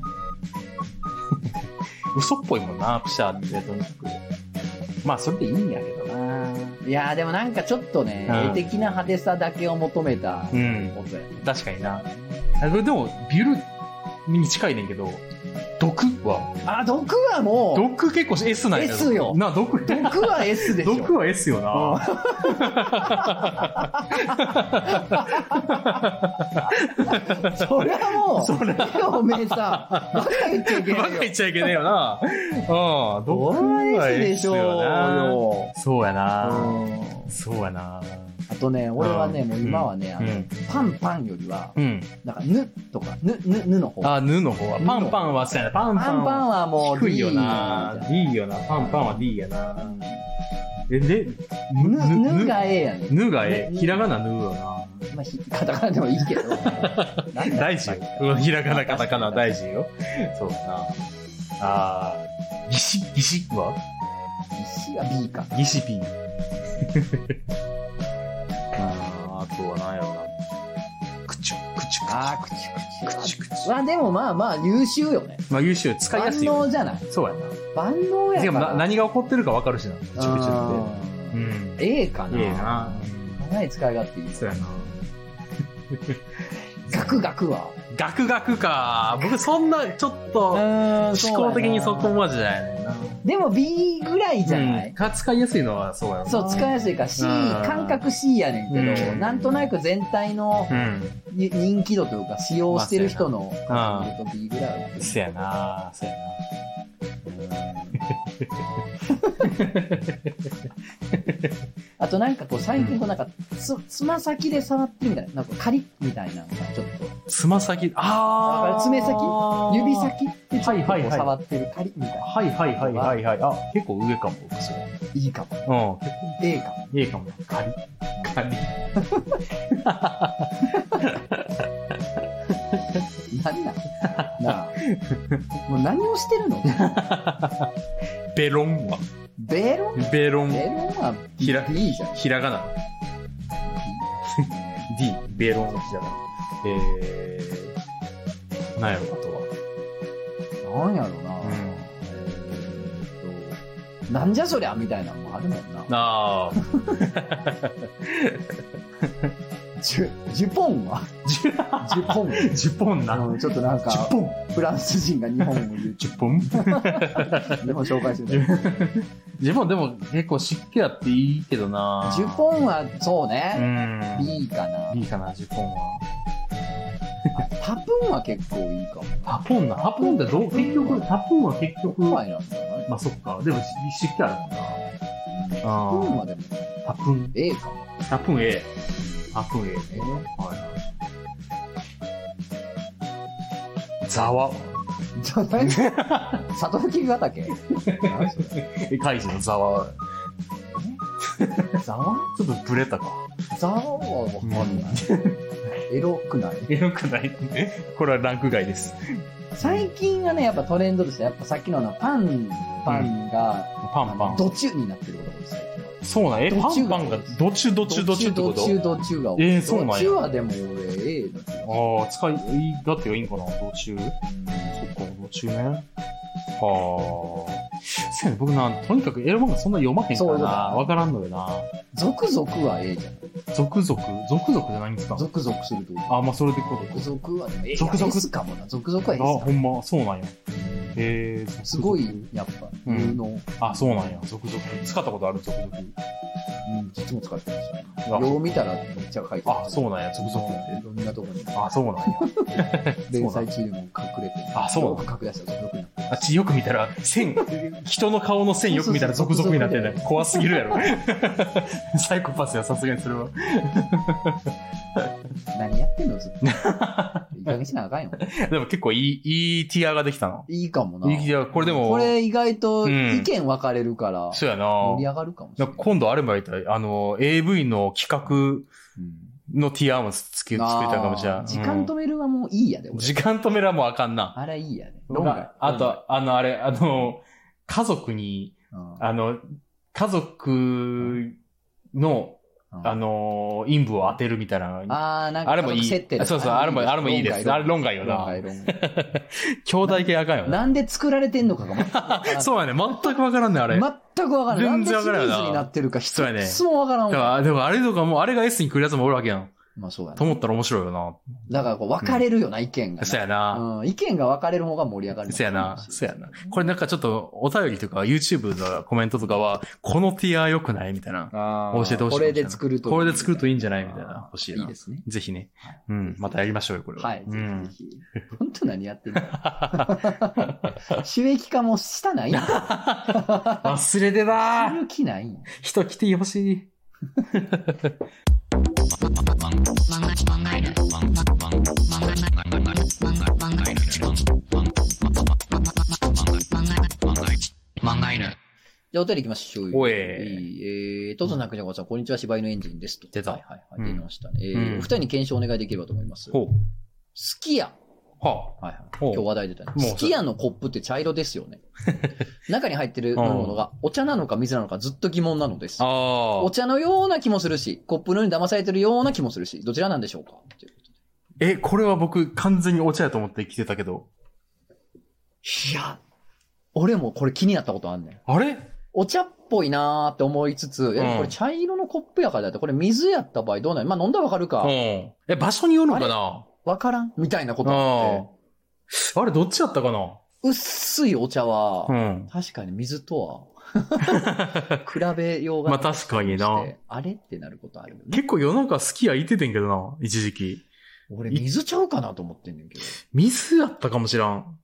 嘘っぽいもんな、プシャーってとにかく。まあ、それでいいんやけどな。 いやーでもなんかちょっとね、絵的な派手さだけを求めたことや、ね。 確かにな。でも、ビュルに近いねんけど、毒は毒はもう。 毒結構 S なんや。 S よ。 毒は S でしょ。 毒は S よな。 そりゃもう。それおめえさ、バカ言っちゃいけないよ。 バカ言っちゃいけないよな。 毒は S でしょよ。 そうやな。そうやな。 あとね、俺はね、もう今はね、パンパンよりは、なんか、ぬとか、ぬの方。 ぬの方は。パンパンはそうやな。パンパンはもう D よな。D よな。パンパンは D やな。で、 ぬが A やね。 ぬが A。ひらがなぬよな。 まあ、カタカナでもいいけど。 大事よ。ひらがな、カタカナ大事よ。そうだな。ギシはギシは B か。 ギシ B。あとは何やろな。クチュ。 でもまあまあ優秀よね。 まあ優秀。使いやすいよ。 万能じゃない。 そうやな。 万能やから。 何が起こってるか分かるしな。クチュって。 A かな。 A な。 かなり使い勝手いい。 そうやな。 ガクはガクか。僕そんな、ちょっと、思考的にそこまでじゃないねんな。 でも B ぐらいじゃない、 使いやすいのはそうやろな。 そう、使いやすいから C、感覚 C やねんけど、なんとなく全体の人気度というか、使用してる人の感じと B ぐらいは。 そうやな。 あとなんかこう最近こうなんかつま先で触ってるみたいな、なんかカリッみたいなのがちょっと。 つま先爪先指先ってちょっとこう触ってるカリッみたいな。 はい。結構上かも、それ。 いいかも。 結構。 A かも。 A かも。カリ。 何なあ。もう何をしてるのベロンはベロンは B じゃん。 ひらがな。D、ベロンのひらがな。何やろ、あとは。何やろな。なんじゃそりゃみたいなのもあるもんな。ジュポンはジュポンな。ちょっとなんか、フランス人が日本を言う。 ジュポン日本紹介してる。 ジュポンでも結構湿気あっていいけどな。 ジュポンはそうね。B かな。 B かな、ジュポンは。 タプンは結構いいかも。 タプンってタプンは結局。まあそっか。でも湿気あるもんな。 タプンはでも。 タプン。 A かも。 タプン A。タプン A ね。はい。ザワ。 里吹ヶ岳カイジのザワ。 ザワちょっとブレたか。 ザワはわかんない。エロくないこれはランク外です。 最近はね、やっぱトレンドとして、やっぱさっきのパンが、ドチュになってることです、最近は。 そうなん、パンがドチュってこと？ ドチュが多い。そうなんや。ドチュはでも俺 A だけど。 使い勝手がいいんかな、ドチュ。そっか、ドチュね。そうやね、僕な、とにかくエロ漫画そんな読まへんからな。わからんのよな。 ゾクゾクは A じゃん。 ゾクゾクじゃないんですか？ ゾクゾクすると。 まあそれでこと。 ゾクゾクは A かもな。ゾクゾクは A ほんま、そうなんや。 すごい、やっぱ、有能。 そうなんや。ゾクゾク。使ったことあるゾクゾク。 実も使ってました。よう見たらめっちゃ書いてあ、そうなんや。ゾクゾクって。 いろんなとこに。 そうなんや。 連載中でも隠れて。 そうなんや。 隠れしたらゾクゾクになって。 よく見たら、人の顔の線よく見たらゾクゾクになってんだよ。怖すぎるやろ。サイコパスや、さすがにそれは。 何やってんのずっと。いい加減しなあかんよ。 でも結構いいティアができたの。 いいかもな。 いいティア、これでも。 これ意外と意見分かれるから。 そうやな。 盛り上がるかもしれない。 今度あれもやりたい。AV の企画のティアも作りたいかもしれない。 時間止めるはもういいやで。 時間止めるはもうあかんな。 あれいいやで。 あと、家族に、家族の、 陰部を当てるみたいな。 なんか、 あれもいい。そうそう、あれもいいです。あれ論外よな。兄弟系あかんよな。 なんで作られてんのかがそうやね。全くわからんね、あれ。 全くわからん。 全然わからんよな。 なんでシリーズになってるか一つもわからんわ。 でもあれとかもう、あれが S に来るやつもおるわけやん。 まあそうやな。 と思ったら面白いよな。 だから分かれるよな、意見が。 そうやな。 意見が分かれる方が盛り上がる。 そうやな。そうやな。これなんかちょっとお便りとか YouTube のコメントとかは、このティア良くないみたいな。教えてほしい。 これで作ると。 これで作るといいんじゃないみたいな。欲しいな。 いいですね。 ぜひね。またやりましょうよ、これは。 はい。ぜひ。本当何やってんの収益化もしたない忘れてた。 する気ない。 人来てほしい。 じゃあお便り行きましょう。 おい。 トゾナクジャコさん、こんにちは、柴犬エンジンですと。 出た。 はい。出ましたね。お二人に検証お願いできればと思います。 ほう。 すき家。今日話題出たね。すき家のコップって茶色ですよね。中に入ってる飲み物がお茶なのか水なのかずっと疑問なのです。お茶のような気もするし、コップのように騙されてるような気もするし、どちらなんでしょうかということで。これは僕完全にお茶やと思って来てたけど。 いや、俺もこれ気になったことあんねん。 あれお茶っぽいなーって思いつつ、これ茶色のコップやからだって、これ水やった場合どうなる？まあ飲んだらわかるか。 場所によるのかな？ わからんみたいなことあって。 あれどっちやったかな？ 薄いお茶は、確かに水とは、比べようが。 まあ確かにな。 あれってなることあるよね。 結構世の中好きや言っててんけどな、一時期。 俺水ちゃうかなと思ってんねんけど。 水やったかもしらん。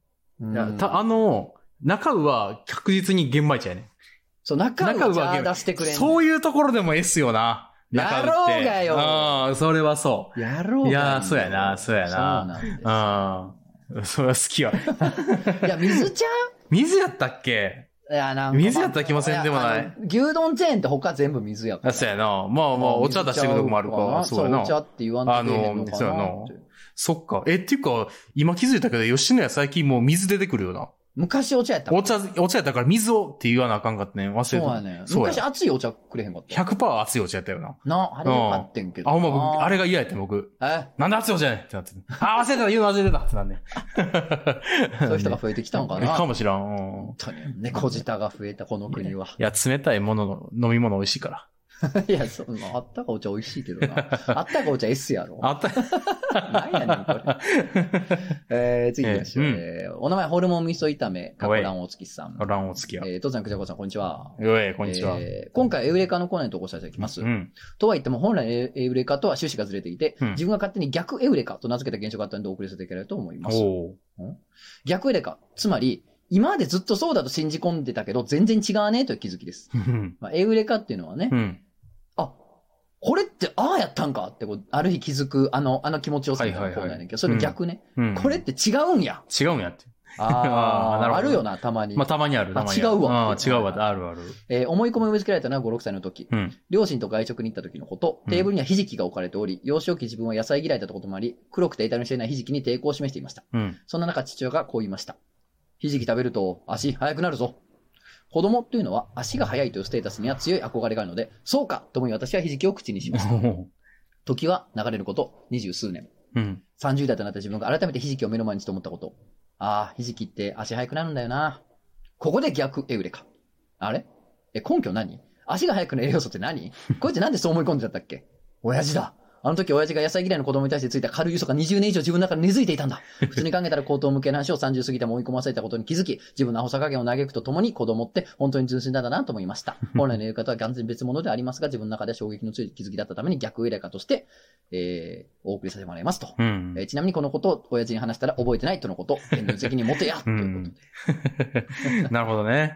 中尾は確実に玄米茶やね。 そう、中尾は出してくれんねん。 そういうところでも S よな。 やろうがよ。 それはそう。 やろうがよ。 いや、そうやな。 そうなんです。 それは好きや。 いや、水ちゃう？ 水やったっけ？いや、なんか。水やった気もせんでもない。 牛丼チェーンって他全部水やから。 そうやな。まあ、お茶出してくるとこもあるから。 そうやな。お茶って言わんとけへんのかな。 そうやな。そっか。っていうか、今気づいたけど、吉野家最近もう水出てくるよな。 昔お茶やった。 お茶やったから水をって言わなあかんかったね。忘れてた。 そうやね。昔熱いお茶くれへんかった。 100% 熱いお茶やったよな。 あれよかってんけど。 ほんま僕、あれが嫌やって僕。なんで熱いお茶やねんってなって。忘れてた、言うの忘れてたってなんね。 そういう人が増えてきたんかな。 かもしらん。 本当に。猫舌が増えたこの国は。 いや、冷たいものの、飲み物美味しいから。 いや、あったかお茶美味しいけどな。あったかお茶 S やろ。 あった。 何やねん、これ。次行きましょう。お名前、ホルモン味噌炒め、かこらんおつきさん。 らんおつきや。 とつなくじゃこさん、こんにちは。 こんにちは。 今回、エウレカのコーナーに投稿させていただきます。とは言っても、本来のエウレカとは趣旨がずれていて、自分が勝手に逆エウレカと名付けた現象があったのでお送りさせていただければと思います。逆エウレカ、つまり、今までずっとそうだと信じ込んでたけど、全然違わねえという気づきです。エウレカっていうのはね、これってああやったんかってある日気づくあの気持ちよさみたいなコーナーやねんけど、それ逆ね。これって違うんや。 違うんやって。 あるよな、たまに。 まあ、たまにある。 違うわ。 違うわ、あるある。 思い込みを植え付けられたのは5、6歳の時。両親と外食に行った時のこと、テーブルにはひじきが置かれており、幼少期自分は野菜嫌いだったこともあり、黒くて痛みしていないひじきに抵抗を示していました。そんな中、父親がこう言いました。ひじき食べると足速くなるぞ。子供っていうのは足が速いというステータスには強い憧れがあるので、そうかと思い私はひじきを口にしました。時は流れること20数年。30代となった自分が改めてひじきを目の前にして思ったこと。ひじきって足速くなるんだよな。ここで逆エウレカ。あれ？根拠何？足が速くなる栄養素って何？こいつなんでそう思い込んでたっけ？親父だ。あの時親父が野菜嫌いの子供に対してついた軽い嘘が20年以上自分の中に根付いていたんだ。普通に考えたら口頭向けの話を30過ぎても追い込まされたことに気づき、自分のアホさ加減を嘆くとともに子供って本当に純粋なんだなと思いました。本来のやり方は完全別物でありますが、自分の中で衝撃の強い気づきだったために逆エレカとして、お送りさせてもらいますと。ちなみにこのことを親父に話したら覚えてないとのこと、現実的に持てやということで。 なるほどね。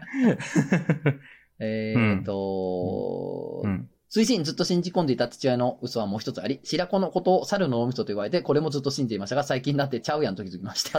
推進ずっと信じ込んでいた父親の嘘はもう一つあり、白子のことを猿の脳みそと言われて、これもずっと信じていましたが、最近になってちゃうやんと気づきました。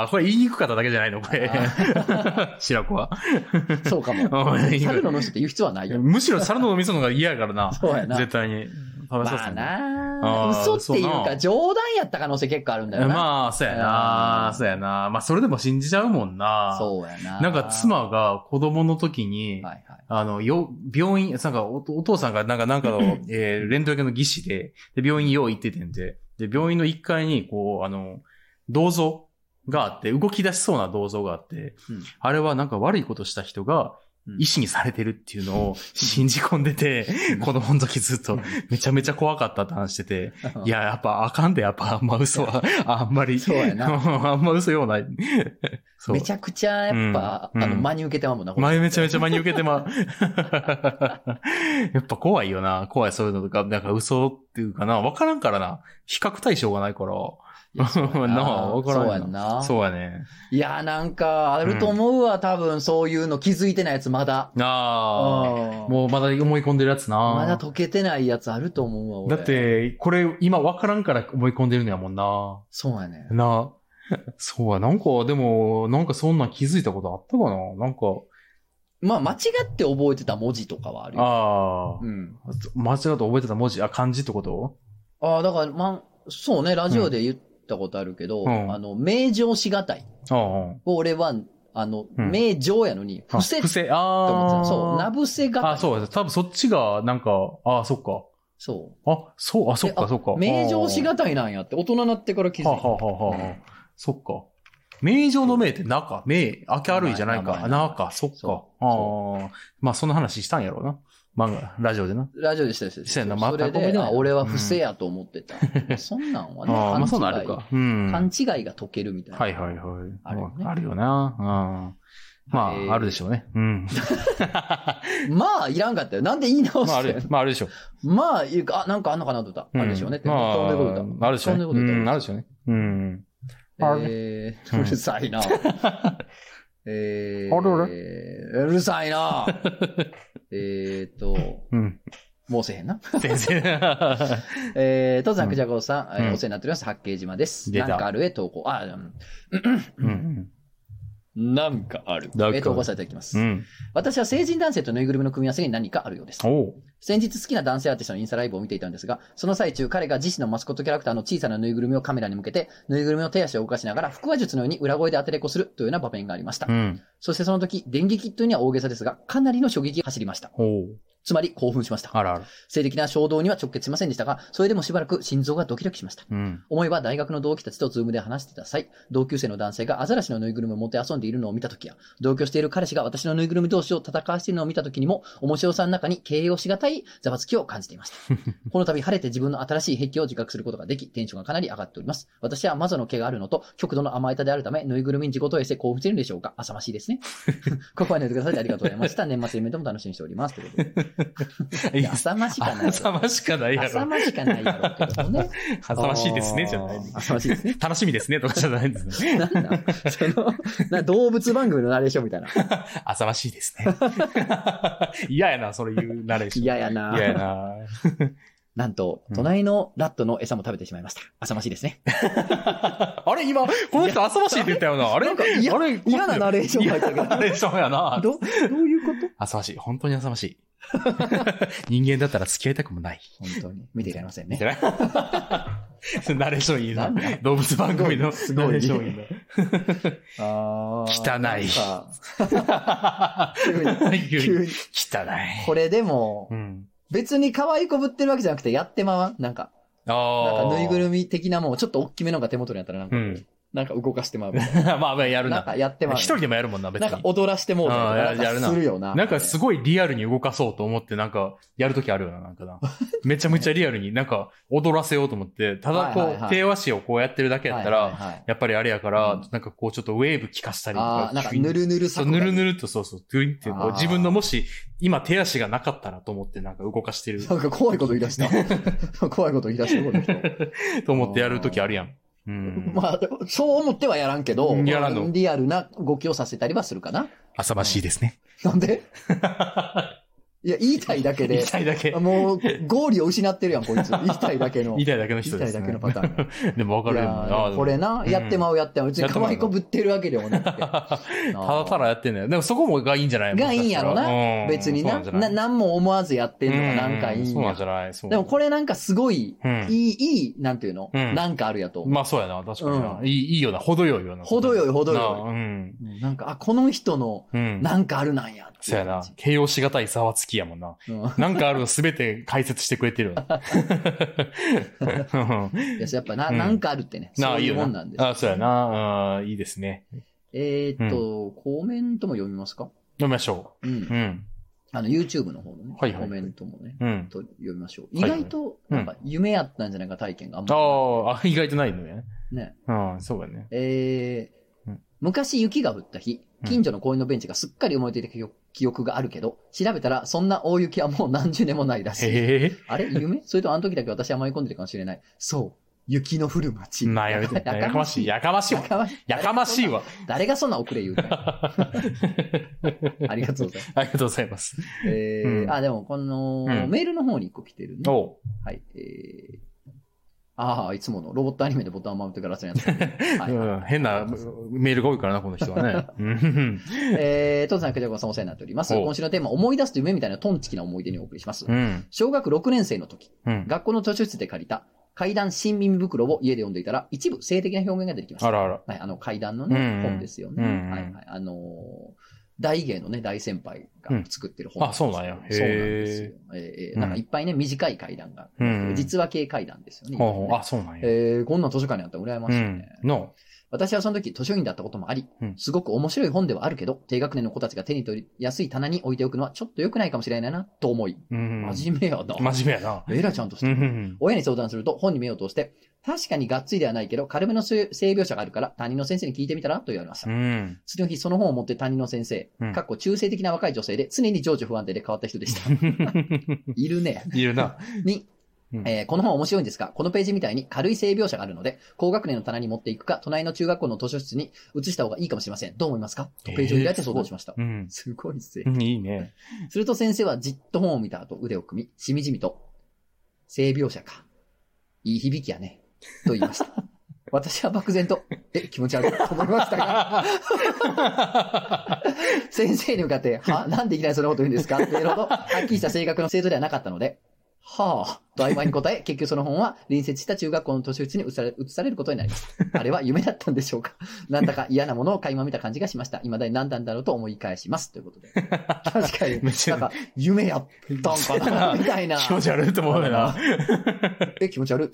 これ言いにくかっただけじゃないのこれ。白子は。 そうかも。猿の脳みそって言う必要はないよ。 むしろ猿の脳みその方が嫌やからな。 そうやな。 絶対に。 食べさせて。 まあな嘘っていうか冗談やった可能性結構あるんだよな。 まあ、そうやな。そうやな。まあ、それでも信じちゃうもんな。 そうやな。 なんか妻が子供の時に、はいはい、病院、なんかお父さんがなんかの、レントゲンの技師で、病院用意行っててんで、病院の1階に、こう、銅像があって、動き出しそうな銅像があって、あれはなんか悪いことした人が、医師にされてるっていうのを信じ込んでて、子供の時ずっとめちゃめちゃ怖かったって話してて、いや、やっぱあかんで、やっぱあんま嘘は、あんまり。 そうやな。 あんま嘘ようない。 めちゃくちゃやっぱ、真に受けてまうもんな。 めちゃめちゃ真に受けてまう。やっぱ怖いよな。怖いそういうのとか、なんか嘘っていうかな。わからんからな。比較対象がないから。そうやんな。 そうやね。 いや、なんか、あると思うわ、多分、そういうの気づいてないやつまだ。 もうまだ思い込んでるやつな。 まだ解けてないやつあると思うわ、俺。 だって、これ、今わからんから思い込んでるのやもんな。 そうやね。 そうや、なんか、でも、なんかそんな気づいたことあったかななんか。 まあ、間違って覚えてた文字とかはあるよ。 間違って覚えてた文字、漢字ってこと？ だから、そうね、ラジオで言ったことあるけど、名状しがたい。俺は、名状やのに、伏せ。 伏せ、 って思ってた。そう、なぶせがたい。 そうです。多分そっちが、なんか、そっか。 そう。 そっか。 名状しがたいなんやって、大人になってから気づいた。 そっか。名状の名って中、明るいじゃないか。中、そっか。まあ、そんな話したんやろうな。漫画、ラジオでな。 ラジオでした。 したよな、 それで、俺は不正やと思ってた。そんなんはね、 まあ、そうなるか。 勘違いが解けるみたいな。 はい。あるよな。まあ、あるでしょうね。 まあ、いらんかったよ。なんで言い直してまあ、あるでしょ。 まあ、なんかあんのかなと思った。あるでしょうね。 まあ、あるでしょうね。あるでしょうね。 うるさいな。うるさいな。もうせへんな。 先生。 登山くじゃこさん、お世話になっております。八景島です。なんかあるへ投稿。なんかある。投稿させていただきます。私は成人男性とぬいぐるみの組み合わせに何かあるようです。先日好きな男性アーティストのインスタライブを見ていたんですが、その最中彼が自身のマスコットキャラクターの小さなぬいぐるみをカメラに向けて、ぬいぐるみの手足を動かしながら腹話術のように裏声で当てれこするというような場面がありました。そしてその時、電撃というには大げさですが、かなりの衝撃が走りました。つまり興奮しました。性的な衝動には直結しませんでしたが、それでもしばらく心臓がドキドキしました。思えば大学の同期たちとズームで話していた際、同級生の男性がアザラシのぬいぐるみを持って遊んでいるのを見た時や、同居している彼氏が私のぬいぐるみ同士を戦わしているのを見た時にも、面白さの中に形容しがたいざわつきを感じていました。この度晴れて自分の新しい癖を自覚することができ、テンションがかなり上がっております。私はマゾの毛があるのと、極度の甘えたであるため、ぬいぐるみに自己投影して興奮しているんでしょうか。浅ましいですね。ここまで寝てください。ありがとうございました。年末イベントも楽しみにしております。ということで。浅ましかない。 浅ましかないやろ。 浅ましかないやろうけどね。 浅ましいですね、じゃない。 浅ましいですね。 楽しみですね、とかじゃないんですね。 なん動物番組のナレーションみたいな。 浅ましいですね。嫌やな、それ言うナレーション。 嫌やな。なんと、隣のラットの餌も食べてしまいました。浅ましいですね。 あれ今、この人浅ましいって言ったよな。あれ嫌なナレーション入ったけど。 ナレーションやな。 どういうこと？ 浅ましい。本当に浅ましい。人間だったら付き合いたくもない。 本当に。見ていられませんね。 ナレーションいいな。動物番組のナレーションいいな。汚い。急に。汚い。 これでも、別に可愛い子ぶってるわけじゃなくてやってまわんなんかぬいぐるみ的なもん、ちょっと大きめのが手元にあったらなんか動かしてまう。 まあやるな。 なんかやってまう。 一人でもやるもんな、別に。 なんか踊らしてもうやるな。するよな。 なんかすごいリアルに動かそうと思ってなんかやるときあるよな、なんかな。めちゃめちゃリアルになんか踊らせようと思って、ただこう、手足をこうやってるだけやったら、やっぱりあれやから、なんかこうちょっとウェーブ効かしたりとか。 なんかぬるぬるさ。 ぬるぬるとそう、トゥインってこう自分のもし、今手足がなかったらと思ってなんか動かしてる。 なんか怖いこと言い出した。怖いこと言い出した。 と思ってやるときあるやん。 まあ、そう思ってはやらんけど、リアルな動きをさせたりはするかな。 浅ましいですね。 なんでいや、言いたいだけで。 言いたいだけ。 もう、合理を失ってるやん、こいつ。言いたいだけの。 言いたいだけの人です、 ね。言いたいだけのパターン。 でも分かるよ。 これな、やってまう。うち可愛い子ぶってるわけでもなくて。ただただやってんだよ。でもそこもがいいんじゃないがいいんやろな。別にな。何も思わずやってんのがなんかいいんや。 そうなんじゃない。 でもこれなんかすごい、いい、なんていうのなんかあるやと思う。 まあそうやな、確かにな。いいよな、程よいよな。 程よい。なんか、この人の、なんかあるなんや。 そうやな。形容しがたいざわつきやもんな。なんかあるのすべて解説してくれてるよ。 やっぱなんかあるってね。そういうもんなんです。 あ、そうやな。いいですね。 コメントも読みますか？ 読みましょう。 YouTube の方のね、コメントもね、読みましょう。意外と、なんか、夢やったんじゃないか体験があんまり。 ああ、意外とないのね。 ね。 そうだね。 昔雪が降った日、近所の公園のベンチがすっかり埋もれていた記憶があるけど、調べたらそんな大雪はもう何十年もないらしい。あれ夢？それとあの時だけ私は舞い込んでるかもしれない。そう。雪の降る街。 やめて。やかましい。やかましいわ。やかましいわ。 誰がそんな遅れ言うか。ありがとうございます。 ありがとうございます。 でもこの、メールの方に一個来てるね。はい。いつものロボットアニメでボタンを回ってからするやつ。 変なメールが多いからな、この人はね。 トンさん、クジャコさんお世話になっております。今週のテーマ、思い出すと夢みたいなトンチキな思い出にお送りします。小学6年生の時、学校の図書室で借りた怪談新耳袋を家で読んでいたら、一部性的な表現が出てきました。はい、怪談のね、本ですよね。はいはい。大芸のね、大先輩が作ってる本。 そうなんや。 そうなんですよ。なんかいっぱいね、短い怪談が。実話系怪談ですよね。 そうなんや。 こんな図書館にあったら羨ましいね。私はその時図書院だったこともあり、すごく面白い本ではあるけど、低学年の子たちが手に取りやすい棚に置いておくのはちょっと良くないかもしれないな、と思い。真面目やな。 真面目やな。 えらちゃんとして。親に相談すると本に目を通して、確かにがっつりではないけど、軽めの性描写があるから、担任の先生に聞いてみたらと言われました。次の日、その本を持って担任の先生、中性的な若い女性で、常に情緒不安定で変わった人でした。いるね。 いるな。 に、この本面白いんですが、このページみたいに軽い性描写があるので、高学年の棚に持っていくか、隣の中学校の図書室に移した方がいいかもしれません。どう思いますか？とページを開いて相談しました。すごいっすね。 いいね。 すると先生はじっと本を見た後、腕を組み、しみじみと、性描写か。いい響きやね。と言いました。私は漠然と、気持ち悪いと思いましたが、先生に向かって、なんでいきなりそんなこと言うんですかっていうほど、はっきりした性格の生徒ではなかったので、と曖昧に答え、結局その本は隣接した中学校の図書室に移されることになりました。あれは夢だったんでしょうか。なんだか嫌なものを垣間見た感じがしました。未だに何なんだろうと思い返します。ということで。確かに、なんか、夢やったんかなみたいな。 気持ち悪いと思うよな。 気持ち悪い。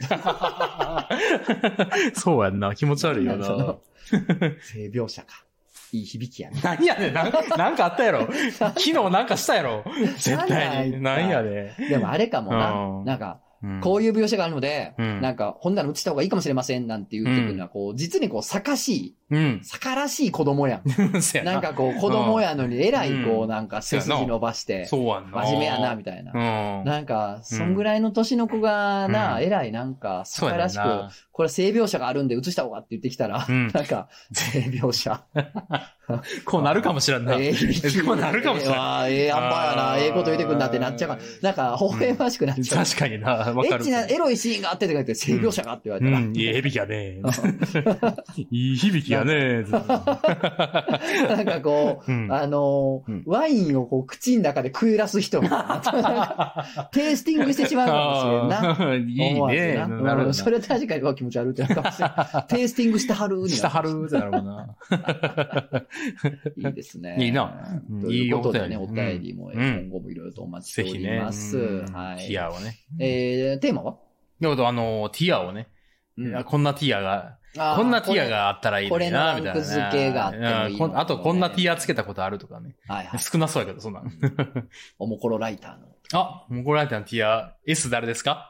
そうやんな。気持ち悪いよな。 性描写か。いい響きやね。 何やねん、なんかあったやろ。昨日なんかしたやろ。絶対に。何やで。 でもあれかもな。なんか、こういう描写があるので、なんか、本棚移した方がいいかもしれませんなんて言ってくるのは、こう、実にこう、逆らしい子供やん。なんかこう、子供やのに、えらいこう、なんか、背筋伸ばして、真面目やな、みたいな。なんか、そんぐらいの年の子がな、えらいなんか、逆らしく、これ性描写があるんで移した方がって言ってきたら、なんか、性描写。 こうなるかもしれんな。こうなるかもしれん。 あんまやな、こと言ってくんなってなっちゃうから、なんか、微笑ましくなっちゃう。 確かにな、わかる。 エッチな、エロいシーンがあってとか言って、性描写がって言われたら。 いい響きやね。いい響きやね。 なんかこう、ワインをこう、口の中で食いらす人が、テイスティングしてしまうかもしれんな。 いいね。 なるほど。それは確かに気持ち悪いってなるかもしれない。テイスティングしてはるに。 してはるってなるもんな。 いいですね。 いいな。 ということでね、お便りも今後もいろいろとお待ちしております。 はい。ティアをね。 テーマは？ ティアをね。こんなティアが、こんなティアがあったらいいのにな、みたいな。 これのランク付けがあってもいい。 あと、こんなティアつけたことあるとかね。少なそうやけど、そんな。 おもころライターの。 おもころライターのティア、S 誰ですか？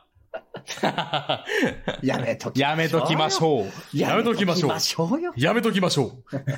やめときましょう。やめときましょう。やめときましょう。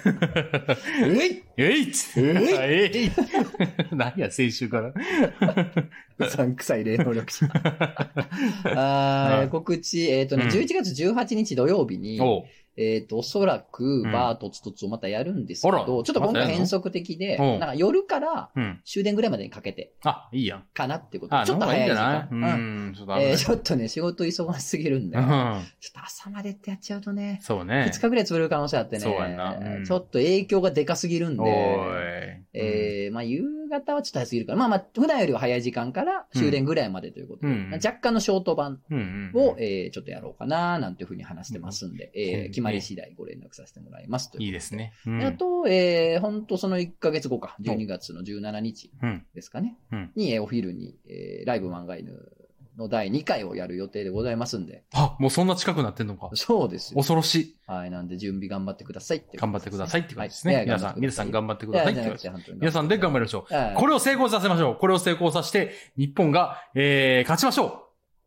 何や、先週から。 うさんくさい霊能力者。告知、11月18日土曜日に、 おそらく、バーとつとつをまたやるんですけど、ちょっと今回変則的で、なんか夜から終電ぐらいまでにかけて。 あ、いいやん。 かなってこと。ちょっと早い時間。ちょっとね、仕事忙しすぎるんで、ちょっと朝までってやっちゃうとね、 そうね。 2日ぐらい潰れる可能性あってね、そうやな。ちょっと影響がでかすぎるんで、まあ夕方はちょっと早すぎるから、まあ普段よりは早い時間から終電ぐらいまでということで、若干のショート版をちょっとやろうかな、なんていうふうに話してますんで、決まり次第ご連絡させてもらいますという。 いいですね。 あと、ほんとその1ヶ月後か、12月の17日ですかね、に、お昼に、ライブ漫画犬の第2回をやる予定でございますんで。 あ、もうそんな近くなってんのか。 そうですよ。 恐ろしい。 はい、なんで準備頑張ってくださいって。 頑張ってくださいって感じですね。皆さん頑張ってくださいって感じ。皆さんで頑張りましょう。これを成功させましょう。これを成功させて、日本が、勝ちましょう。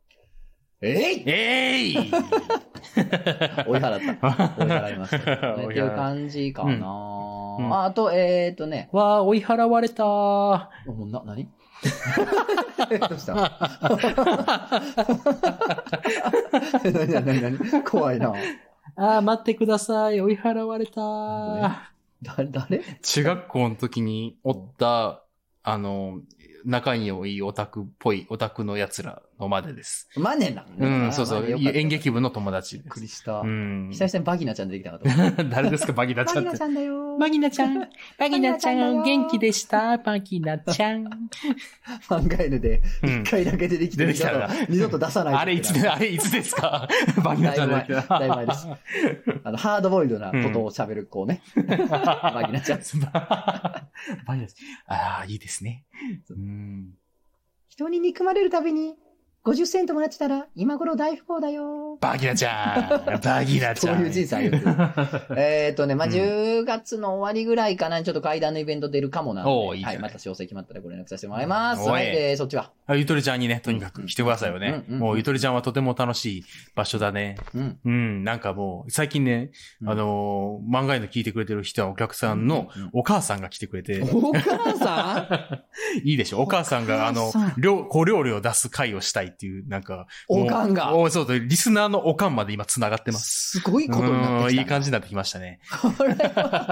追い払った。追い払いました。っていう感じかな。あと、 わー、追い払われたー。 何どうした何怖いな。 待ってください。追い払われたー。 誰？ 中学校の時におった、仲いいオタクっぽいオタクの奴らのまでです。 マネなそうそう。演劇部の友達です。 びっくりした。久々にバギナちゃん出てきたなと思って。 誰ですか、バギナちゃんって。 バギナちゃんだよ。 バギナちゃん。バギナちゃん、元気でした。バギナちゃん。 漫画犬で、一回だけ出てきて、二度と出さない。 あれいつですかバギナちゃんだけ。 だいぶ前です。ハードボイルドなことを喋る子ね。バギナちゃん。 バギナちゃん。いいですね。 人に憎まれるたびに、50セントもらってたら、今頃大富豪だよ。 バギナちゃんバギナちゃんそういう人生歩んでる。まあ、10月の終わりぐらいかな、ちょっと階段のイベント出るかもなので、はい、また詳細決まったらご連絡させてもらいます。はい、そっちは。 ゆとりちゃんにね、とにかく来てくださいよね。もうゆとりちゃんはとても楽しい場所だね。なんかもう、最近ね、漫画への聞いてくれてる人はお客さんのお母さんが来てくれて。 お母さんいいでしょ。お母さんが、小料理を出す会をしたいっていう、なんか。 おかんが。 そう、リスナーのおかんまで今繋がってます。 すごいことになってきた。 いい感じになってきましたね。 これ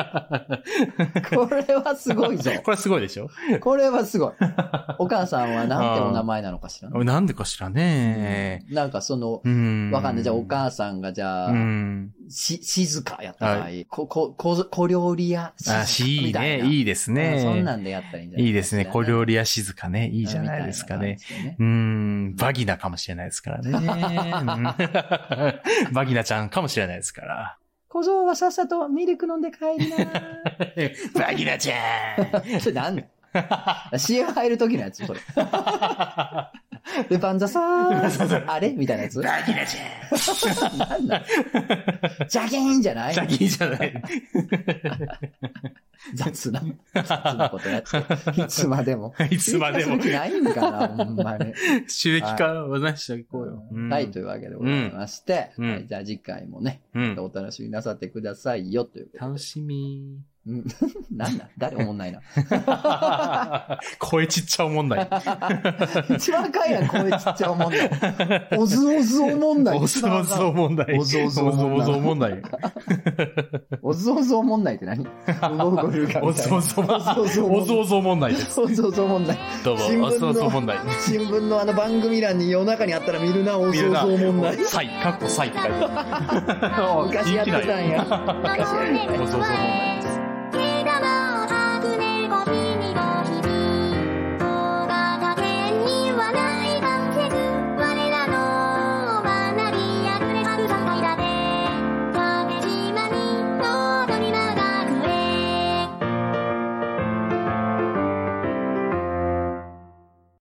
はすごいぞ。 これすごいでしょ。 これはすごい。お母さんはなんてお名前なのかしら。 なんでかしらね。 なんかわかんない。じゃあお母さんがじゃあ、静かやった場合、小料理屋静か。 いいね。いいですね。 そんなんでやったらいいんじゃないですか。 いいですね。小料理屋静かね。いいじゃないですかね。バギナかもしれないですからね。バギナちゃんかもしれないですから。 小僧はさっさとミルク飲んで帰りな。 バギナちゃんそれなんねん。CM 入る時のやつそれ。ルパンザさーん。あれみたいなやつバギナちゃん。 なんだジャギーンじゃないジャギーンじゃない。 雑なことやって。いつまでも。 いつまでも。 収益ないんかな、ほんまに。 収益化を出していこうよ。 はい、というわけでございまして、じゃあ次回もね、お楽しみなさってくださいよ、ということで。 楽しみ。 なんだ誰おもんないな。 声ちっちゃおもんない。 一番赤いやん、声ちっちゃおもんない。おずおずおもんない。 おずおずおもんない。 おずおずおもんない。おずおずおもんないって何？ おずおずおもんない。おずおずおもんないです。 おずおずおもんない。 どうも、おずおずおもんない。 新聞の番組欄に夜中にあったら見るな、おずおずおもんない。 サイ、カッコサイって書いてある。 昔やってたんや。昔やってたんや。 おずおずおもんないです。